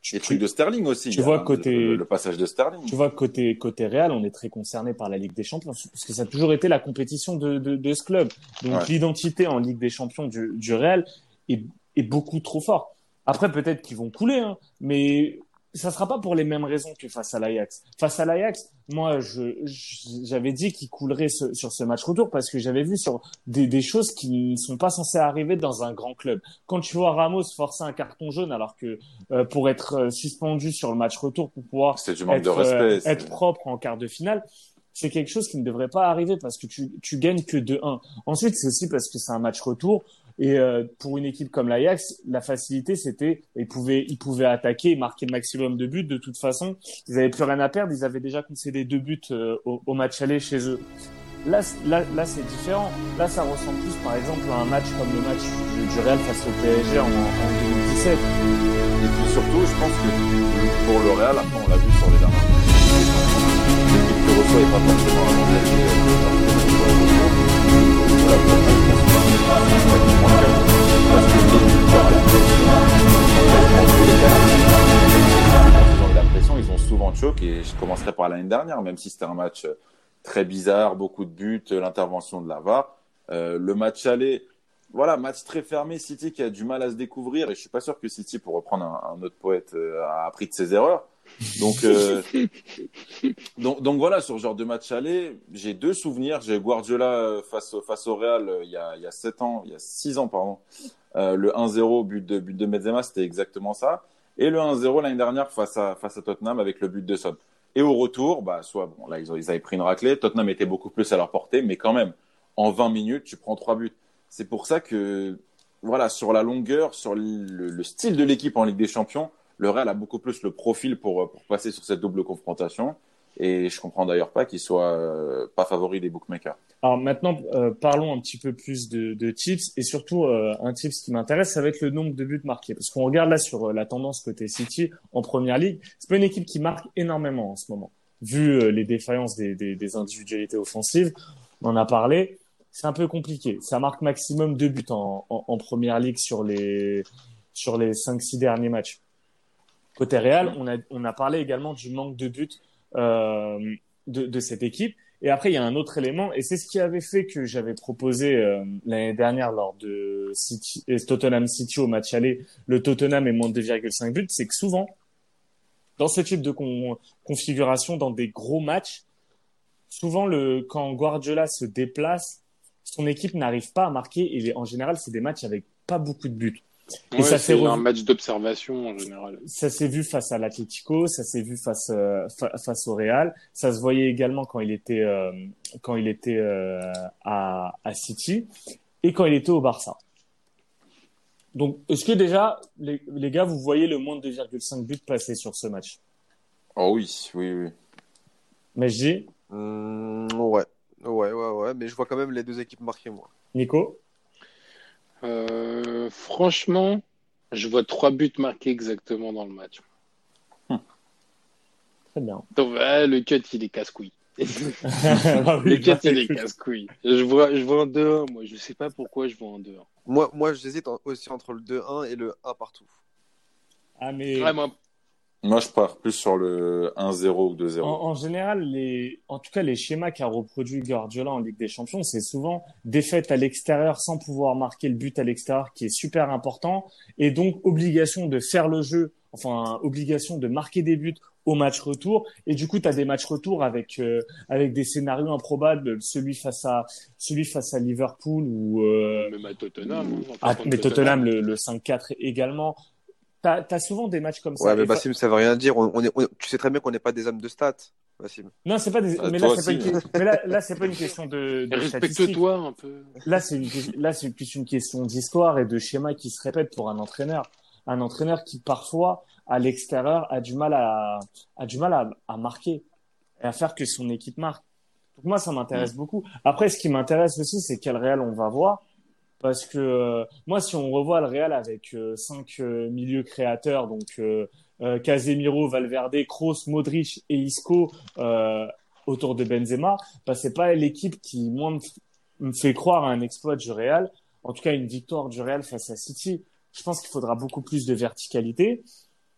Les trucs de Sterling aussi. Tu il y a vois, le- côté- le, le passage de Sterling. Tu vois, côté, côté Real, on est très concerné par la Ligue des Champions, parce que ça a toujours été la compétition de, de, de ce club. Donc, Ouais. l'identité en Ligue des Champions du, du Real est, est beaucoup trop forte. Après, peut-être qu'ils vont couler, hein, mais ça sera pas pour les mêmes raisons que face à l'Ajax. Face à l'Ajax, moi, je, je- j'avais dit qu'ils couleraient ce- sur ce match retour parce que j'avais vu sur des, des choses qui ne sont pas censées arriver dans un grand club. Quand tu vois Ramos forcer un carton jaune alors que euh, pour être euh, suspendu sur le match retour, pour pouvoir C'est du manque être, de respect. euh, c'est- être propre en quart de finale, c'est quelque chose qui ne devrait pas arriver parce que tu, tu gagnes que deux un. Ensuite, c'est aussi parce que c'est un match retour et euh, pour une équipe comme l'Ajax, la facilité, c'était ils pouvaient, ils pouvaient attaquer et marquer le maximum de buts. De toute façon, ils avaient plus rien à perdre. Ils avaient déjà concédé deux buts euh, au, au match aller chez eux. Là, c- là, là, c'est différent. Là, ça ressemble plus, par exemple, à un match comme le match du, du Real face au P S G en, en deux mille dix-sept. Et puis surtout, je pense que pour le Real, après, on l'a vu sur les dernières années, l'équipe qui reçoit n'est pas forcément un bon allié, voilà, pour moi, je pense que c'est pratiquement le cas. Parce que les buteurs à la quasiment tous les cas, ils ont eu la pression, ils ont souvent choqué. Et je commencerai par l'année dernière, même si c'était un match très bizarre, beaucoup de buts, l'intervention de la V A R. Euh, le match aller, voilà, match très fermé, City qui a du mal à se découvrir, et je suis pas sûr que City, pour reprendre un, un autre poète, euh, a appris de ses erreurs. Donc, euh, donc, donc voilà, sur ce genre de match aller, j'ai deux souvenirs. J'ai Guardiola face, face au Real euh, il y a, il y a sept ans, il y a six ans, pardon. Euh, le un zéro, but de, but de Benzema, c'était exactement ça. Et le un zéro l'année dernière face à, face à Tottenham avec le but de Son. Et au retour, bah, soit, bon, là, ils, ont, ils avaient pris une raclée. Tottenham était beaucoup plus à leur portée, mais quand même, en vingt minutes, tu prends trois buts. C'est pour ça que, voilà, sur la longueur, sur le, le style de l'équipe en Ligue des Champions, le Real a beaucoup plus le profil pour, pour passer sur cette double confrontation. Et je comprends d'ailleurs pas qu'il soit euh, pas favori des bookmakers. Alors maintenant, euh, parlons un petit peu plus de, de tips et surtout euh, un tips qui m'intéresse, ça va être le nombre de buts marqués. Parce qu'on regarde là sur euh, la tendance côté City en Première Ligue, c'est pas une équipe qui marque énormément en ce moment. Vu euh, les défaillances des, des, des individualités offensives, on en a parlé, c'est un peu compliqué. Ça marque maximum deux buts en, en, en Première Ligue sur les sur les cinq six derniers matchs. Côté Real, on a on a parlé également du manque de buts euh, de, de cette équipe. Et après, il y a un autre élément, et c'est ce qui avait fait que j'avais proposé euh, l'année dernière lors de City, et Tottenham City au match aller, le Tottenham est moins de deux virgule cinq buts, c'est que souvent, dans ce type de con- configuration, dans des gros matchs, souvent le quand Guardiola se déplace, son équipe n'arrive pas à marquer, et les- en général, c'est des matchs avec pas beaucoup de buts. Et Ouais, ça s'est c'est revu- un match d'observation en général. Ça s'est vu face à l'Atlético, ça s'est vu face euh, fa- face au Real, ça se voyait également quand il était euh, quand il était euh, à à City et quand il était au Barça. Donc, est-ce que déjà les, les gars, vous voyez le moins de deux virgule cinq buts passer sur ce match? Oh oui, oui, oui. Mais je dis, Mmh, ouais. Ouais, ouais, ouais. Mais je vois quand même les deux équipes marquées, moi. Nico, Euh, franchement, je vois trois buts marqués exactement dans le match. très bien. Donc, ouais, le cut, il est casse-couille. Ah oui, Le cut, bah, il est écoute. casse-couille. Je vois, je vois un deux un, moi. Je sais pas pourquoi je vois un deux un. Moi, moi j'hésite en- aussi entre le deux un et le un partout. Ah mais Ouais, moi, Moi, je pars plus sur le un zéro ou deux En, zéro. en général, les, en tout cas, les schémas qu'a reproduit Guardiola en Ligue des Champions, c'est souvent défaite à l'extérieur sans pouvoir marquer le but à l'extérieur qui est super important et donc obligation de faire le jeu, enfin, obligation de marquer des buts au match retour. Et du coup, tu as des matchs retour avec, euh, avec des scénarios improbables, celui face à, celui face à Liverpool ou, euh, même à Tottenham. hein, à, contre mais Tottenham, le, le cinq quatre également. T'as, t'as souvent des matchs comme ça. Ouais, mais Et fa- Bassim, ça veut rien dire. On, on est, on- tu sais très bien qu'on n'est pas des hommes de stats, Bassim. Non, c'est pas des, Ah, mais là, toi c'est pas aussi, une, hein. que- mais là, là, c'est pas une question de, de statistiques. Respecte-toi un peu. Là, c'est une, là, c'est plus une question d'histoire et de schéma qui se répète pour un entraîneur. Un entraîneur qui, parfois, à l'extérieur, a du mal à, a du mal à, à marquer et à faire que son équipe marque. Donc, moi, ça m'intéresse beaucoup. Après, ce qui m'intéresse aussi, c'est quel Real on va voir. Parce que, euh, moi, si on revoit le Real avec euh, cinq euh, milieux créateurs, donc euh, euh, Casemiro, Valverde, Kroos, Modric et Isco euh, autour de Benzema, bah, c'est pas l'équipe qui, moi, me f- me fait croire à un exploit du Real, en tout cas une victoire du Real face à City. Je pense qu'il faudra beaucoup plus de verticalité.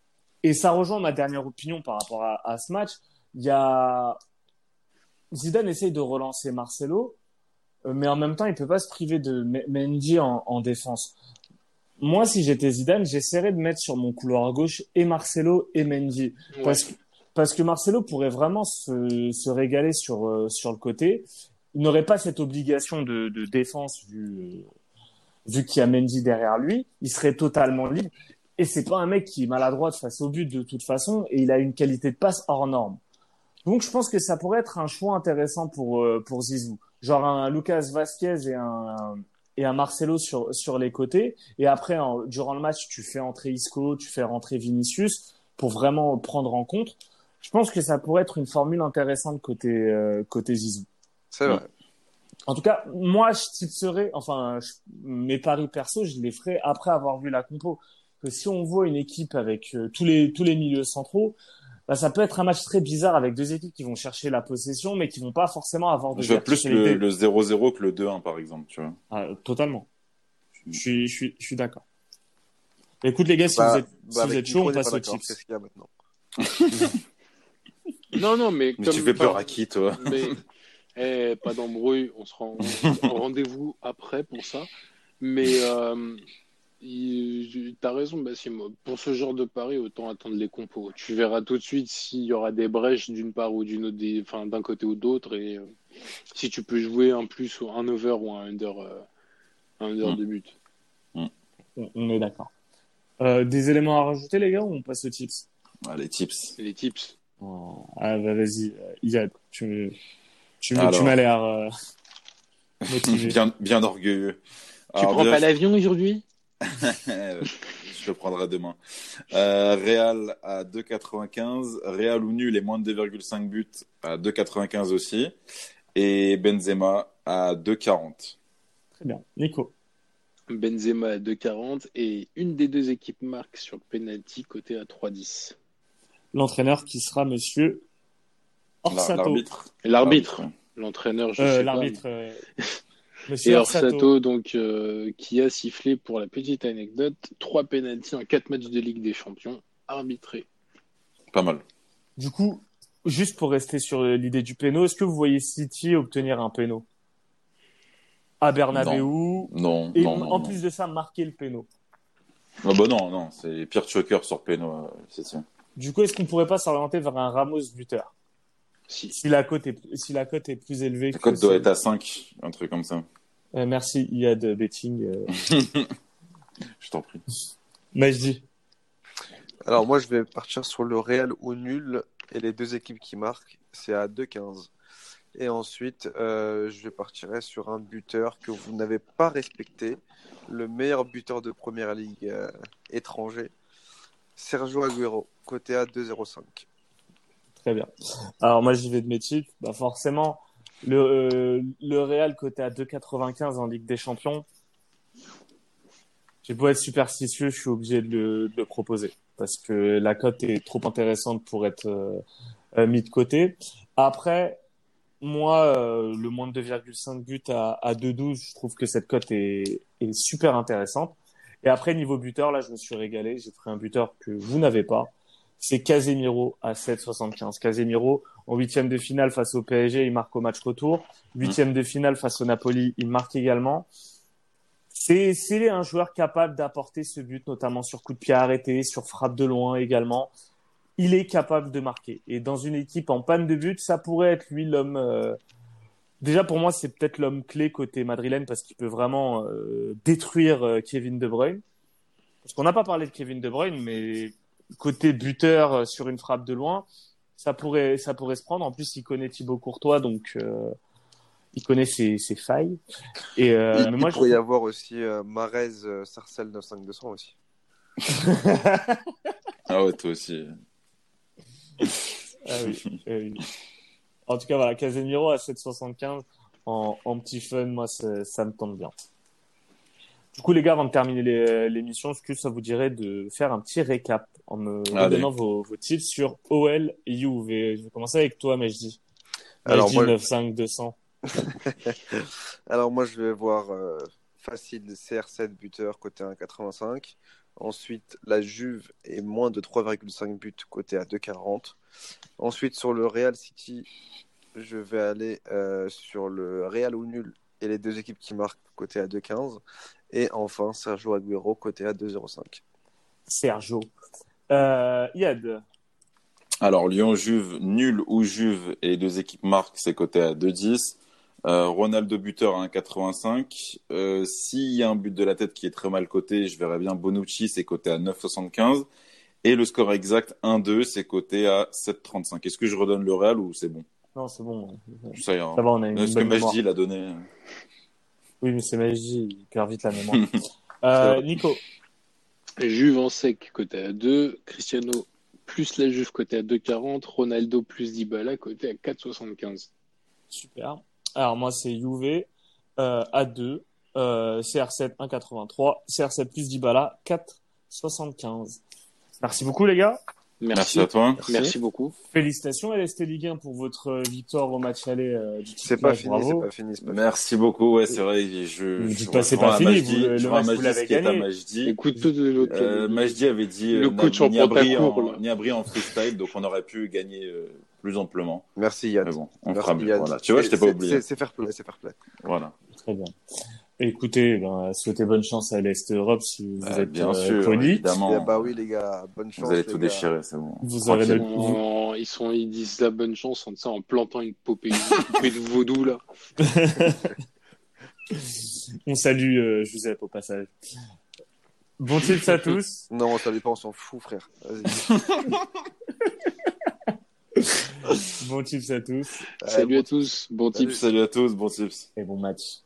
et ça rejoint ma dernière opinion par rapport à, à ce match. Il y a Zidane essaye de relancer Marcelo, euh, mais en même temps, il peut pas se priver de M- Mendy en, en défense. Moi, si j'étais Zidane, j'essaierais de mettre sur mon couloir gauche et Marcelo et Mendy. Ouais. Parce que, parce que Marcelo pourrait vraiment se, se régaler sur, euh, sur le côté. Il n'aurait pas cette obligation de, de défense vu, euh, vu qu'il y a Mendy derrière lui. Il serait totalement libre. Et c'est pas un mec qui est maladroit face au but de toute façon. Et il a une qualité de passe hors norme. Donc, je pense que ça pourrait être un choix intéressant pour, euh, pour Zizou. Genre un Lucas Vasquez et un, et un Marcelo sur, sur les côtés. Et après, en, durant le match, tu fais entrer Isco, tu fais rentrer Vinicius pour vraiment prendre en compte. Je pense que ça pourrait être une formule intéressante côté, euh, côté Zizou. C'est vrai. En tout cas, moi, je tipserais, enfin, je- mes paris perso, je les ferais après avoir vu la compo. Que si on voit une équipe avec euh, tous les, tous les milieux centraux, bah, ça peut être un match très bizarre avec deux équipes qui vont chercher la possession, mais qui vont pas forcément avoir de Je veux plus le, verticalité. le zéro zéro que le deux un, par exemple, tu vois. Ah, totalement. Je suis, je suis, je suis d'accord. Écoute, les gars, si Bah, vous êtes, bah, si vous avec êtes chaud, Nico, on n'est passe pas aux d'accord. tips. Qu'est-ce qu'il y a maintenant? Non, non, mais Mais comme tu fais peur enfin, à qui, toi? mais eh, pas d'embrouille, on se rend rendez-vous après pour ça. Mais euh, il- t'as raison, Bassim. Pour ce genre de pari, autant attendre les compos. Tu verras tout de suite s'il y aura des brèches d'une part ou d'une autre, des- enfin d'un côté ou d'autre, et euh, si tu peux jouer un plus ou un over ou un under, euh, un under Mm. de but. On, on est d'accord. Euh, des éléments à rajouter, les gars, ou on passe aux tips? Ah, les tips. Les tips. Oh, ah, bah, vas-y, euh, Iyad, tu me, tu me, tu Alors. m'as l'air euh, motivé. Bien, bien orgueilleux. Tu Alors, prends déjà, pas je- l'avion aujourd'hui? je le prendrai demain. Euh, Real à deux quatre-vingt-quinze. Real ou nul et moins de deux virgule cinq buts à deux quatre-vingt-quinze aussi. Et Benzema à deux quarante. Très bien. Nico. Benzema à deux quarante et une des deux équipes marque sur le penalty côté à trois dix. L'entraîneur qui sera monsieur La- Orsato. L'arbitre. Et l'arbitre, L'arbitre. l'entraîneur, je Euh, sais l'arbitre, pas. euh, Et monsieur Orsato. Orsato, donc, euh, qui a sifflé, pour la petite anecdote, trois pénaltys en quatre matchs de Ligue des Champions arbitrés. Pas mal. Du coup, juste pour rester sur l'idée du péno, est-ce que vous voyez City obtenir un péno à Bernabeu Non, et non, non. en non. plus de ça marquer le péno? Ah bah non, non, c'est pire choker sur Peno, euh, c'est ça. Du coup, est-ce qu'on pourrait pas s'orienter vers un Ramos buteur Si. si la cote est si la cote est plus élevée La que cote doit celle- être à cinq, un truc comme ça. Euh, merci Iyad Betting. Euh... Je t'en prie. Majdi. Alors moi, je vais partir sur le Real ou nul et les deux équipes qui marquent, c'est à deux quinze. Et ensuite, euh, je partirai sur un buteur que vous n'avez pas respecté, le meilleur buteur de Première Ligue euh, étranger, Sergio Agüero, côté à deux zéro cinq. Très bien. Alors moi j'y vais de mes titres. Bah forcément le euh, le Real coté à deux quatre-vingt-quinze en Ligue des Champions. J'ai beau être superstitieux, je suis obligé de le, de le proposer parce que la cote est trop intéressante pour être euh, euh, mis de côté. Après, moi, euh, le moins de deux virgule cinq buts à, à deux douze, je trouve que cette cote est, est super intéressante. Et après, niveau buteur, là, je me suis régalé. J'ai pris un buteur que vous n'avez pas. C'est Casemiro à sept soixante-quinze. Casemiro, en huitième de finale face au P S G, il marque au match retour. Huitième de finale face au Napoli, il marque également. C'est, c'est un joueur capable d'apporter ce but, notamment sur coup de pied arrêté, sur frappe de loin également. Il est capable de marquer. Et dans une équipe en panne de but, ça pourrait être lui l'homme. Euh... Déjà pour moi, c'est peut-être l'homme clé côté madrilène parce qu'il peut vraiment euh, détruire euh, Kevin De Bruyne. Parce qu'on n'a pas parlé de Kevin De Bruyne, mais côté buteur euh, sur une frappe de loin, ça pourrait, ça pourrait se prendre. En plus, il connaît Thibaut Courtois, donc euh, il connaît ses, ses failles. Et euh, il mais moi, il pourrait je... y avoir aussi euh, Marez, euh, Sarcelles neuf cinq deux cents aussi. Ah ouais, toi aussi. Ah oui, ah oui. En tout cas, voilà, Casemiro à sept soixante-quinze en, en petit fun, moi, ça, ça me tente bien. Du coup, les gars, avant de terminer les- l'émission, est-ce que ça vous dirait de faire un petit récap en me Allez. donnant vos, vos tips sur O L et Juve? Je vais commencer avec toi, Majdi. Alors, Majdi moi- neuf cinq deux cents. Alors moi, je vais voir euh, facile C R sept buteur côté un quatre-vingt-cinq. Ensuite, la Juve est moins de trois virgule cinq buts, coté à deux virgule quarante. Ensuite, sur le Real City, je vais aller euh, sur le Real ou nul et les deux équipes qui marquent, coté à deux virgule quinze. Et enfin, Sergio Agüero, coté à deux virgule zéro cinq. Sergio. Euh, Yad. Alors, Lyon-Juve, nul ou Juve et les deux équipes marquent, c'est coté à deux virgule dix. Euh, Ronaldo buteur à un virgule quatre-vingt-cinq. Euh, s'il y a un but de la tête qui est très mal coté, je verrais bien Bonucci, c'est coté à neuf virgule soixante-quinze. Et le score exact un deux, c'est coté à sept virgule trente-cinq. Est-ce que je redonne le Real ou c'est bon? Non, c'est bon. Ça ira. Ça va, on a une Est-ce que bonne mémoire. Majdi l'a donné? Oui, mais c'est Majdi, il perd vite la mémoire. euh, Nico. Juve en sec, coté à deux. Cristiano plus la Juve, coté à deux virgule quarante. Ronaldo plus Dybala, coté à quatre virgule soixante-quinze. Super. Alors, moi, c'est Juve euh, à deux. Euh, C R sept un virgule quatre-vingt-trois. C R sept plus Dybala quatre virgule soixante-quinze. Merci beaucoup, les gars. Merci. Merci à toi. Merci, Merci beaucoup. Félicitations à L S T Ligue un pour votre victoire au match aller euh, du C'est pas fini, c'est pas fini. C'est pas Merci fini. beaucoup. Ouais, c'est vrai. Je, vous je dites pas c'est pas fini. Majdi, vous, le je match, Majdi, vous l'avez gagné. Majdi. Écoute tout de l'autre. Euh, Majdi avait dit le euh, coach en Niabri en, en, Niabri en freestyle, donc on aurait pu gagner euh, plus amplement. Merci Yann. Mais bon, on Merci, fera mieux. Yann. Voilà. Tu vois, je t'ai pas oublié. C'est fair play, c'est fair play. Voilà. Très bien. Écoutez, ben, souhaitez bonne chance à l'Est Europe si vous euh, êtes bien euh, sûr, poli. évidemment. Eh bah oui les gars, bonne chance. Vous allez les tout gars. déchirer, c'est bon. Vous aurez Ils, notre... sont, ils sont, ils disent la bonne chance en, en plantant une poupée, une poupée de vaudou là. On salue euh, Joseph au passage. Bon tips à tous. Non, ça dépend, on s'en fout frère. Vas-y. Bon tips à tous. Salut Euh, à tous, bon Salut. tips. Salut à tous, bon tips. Et bon match.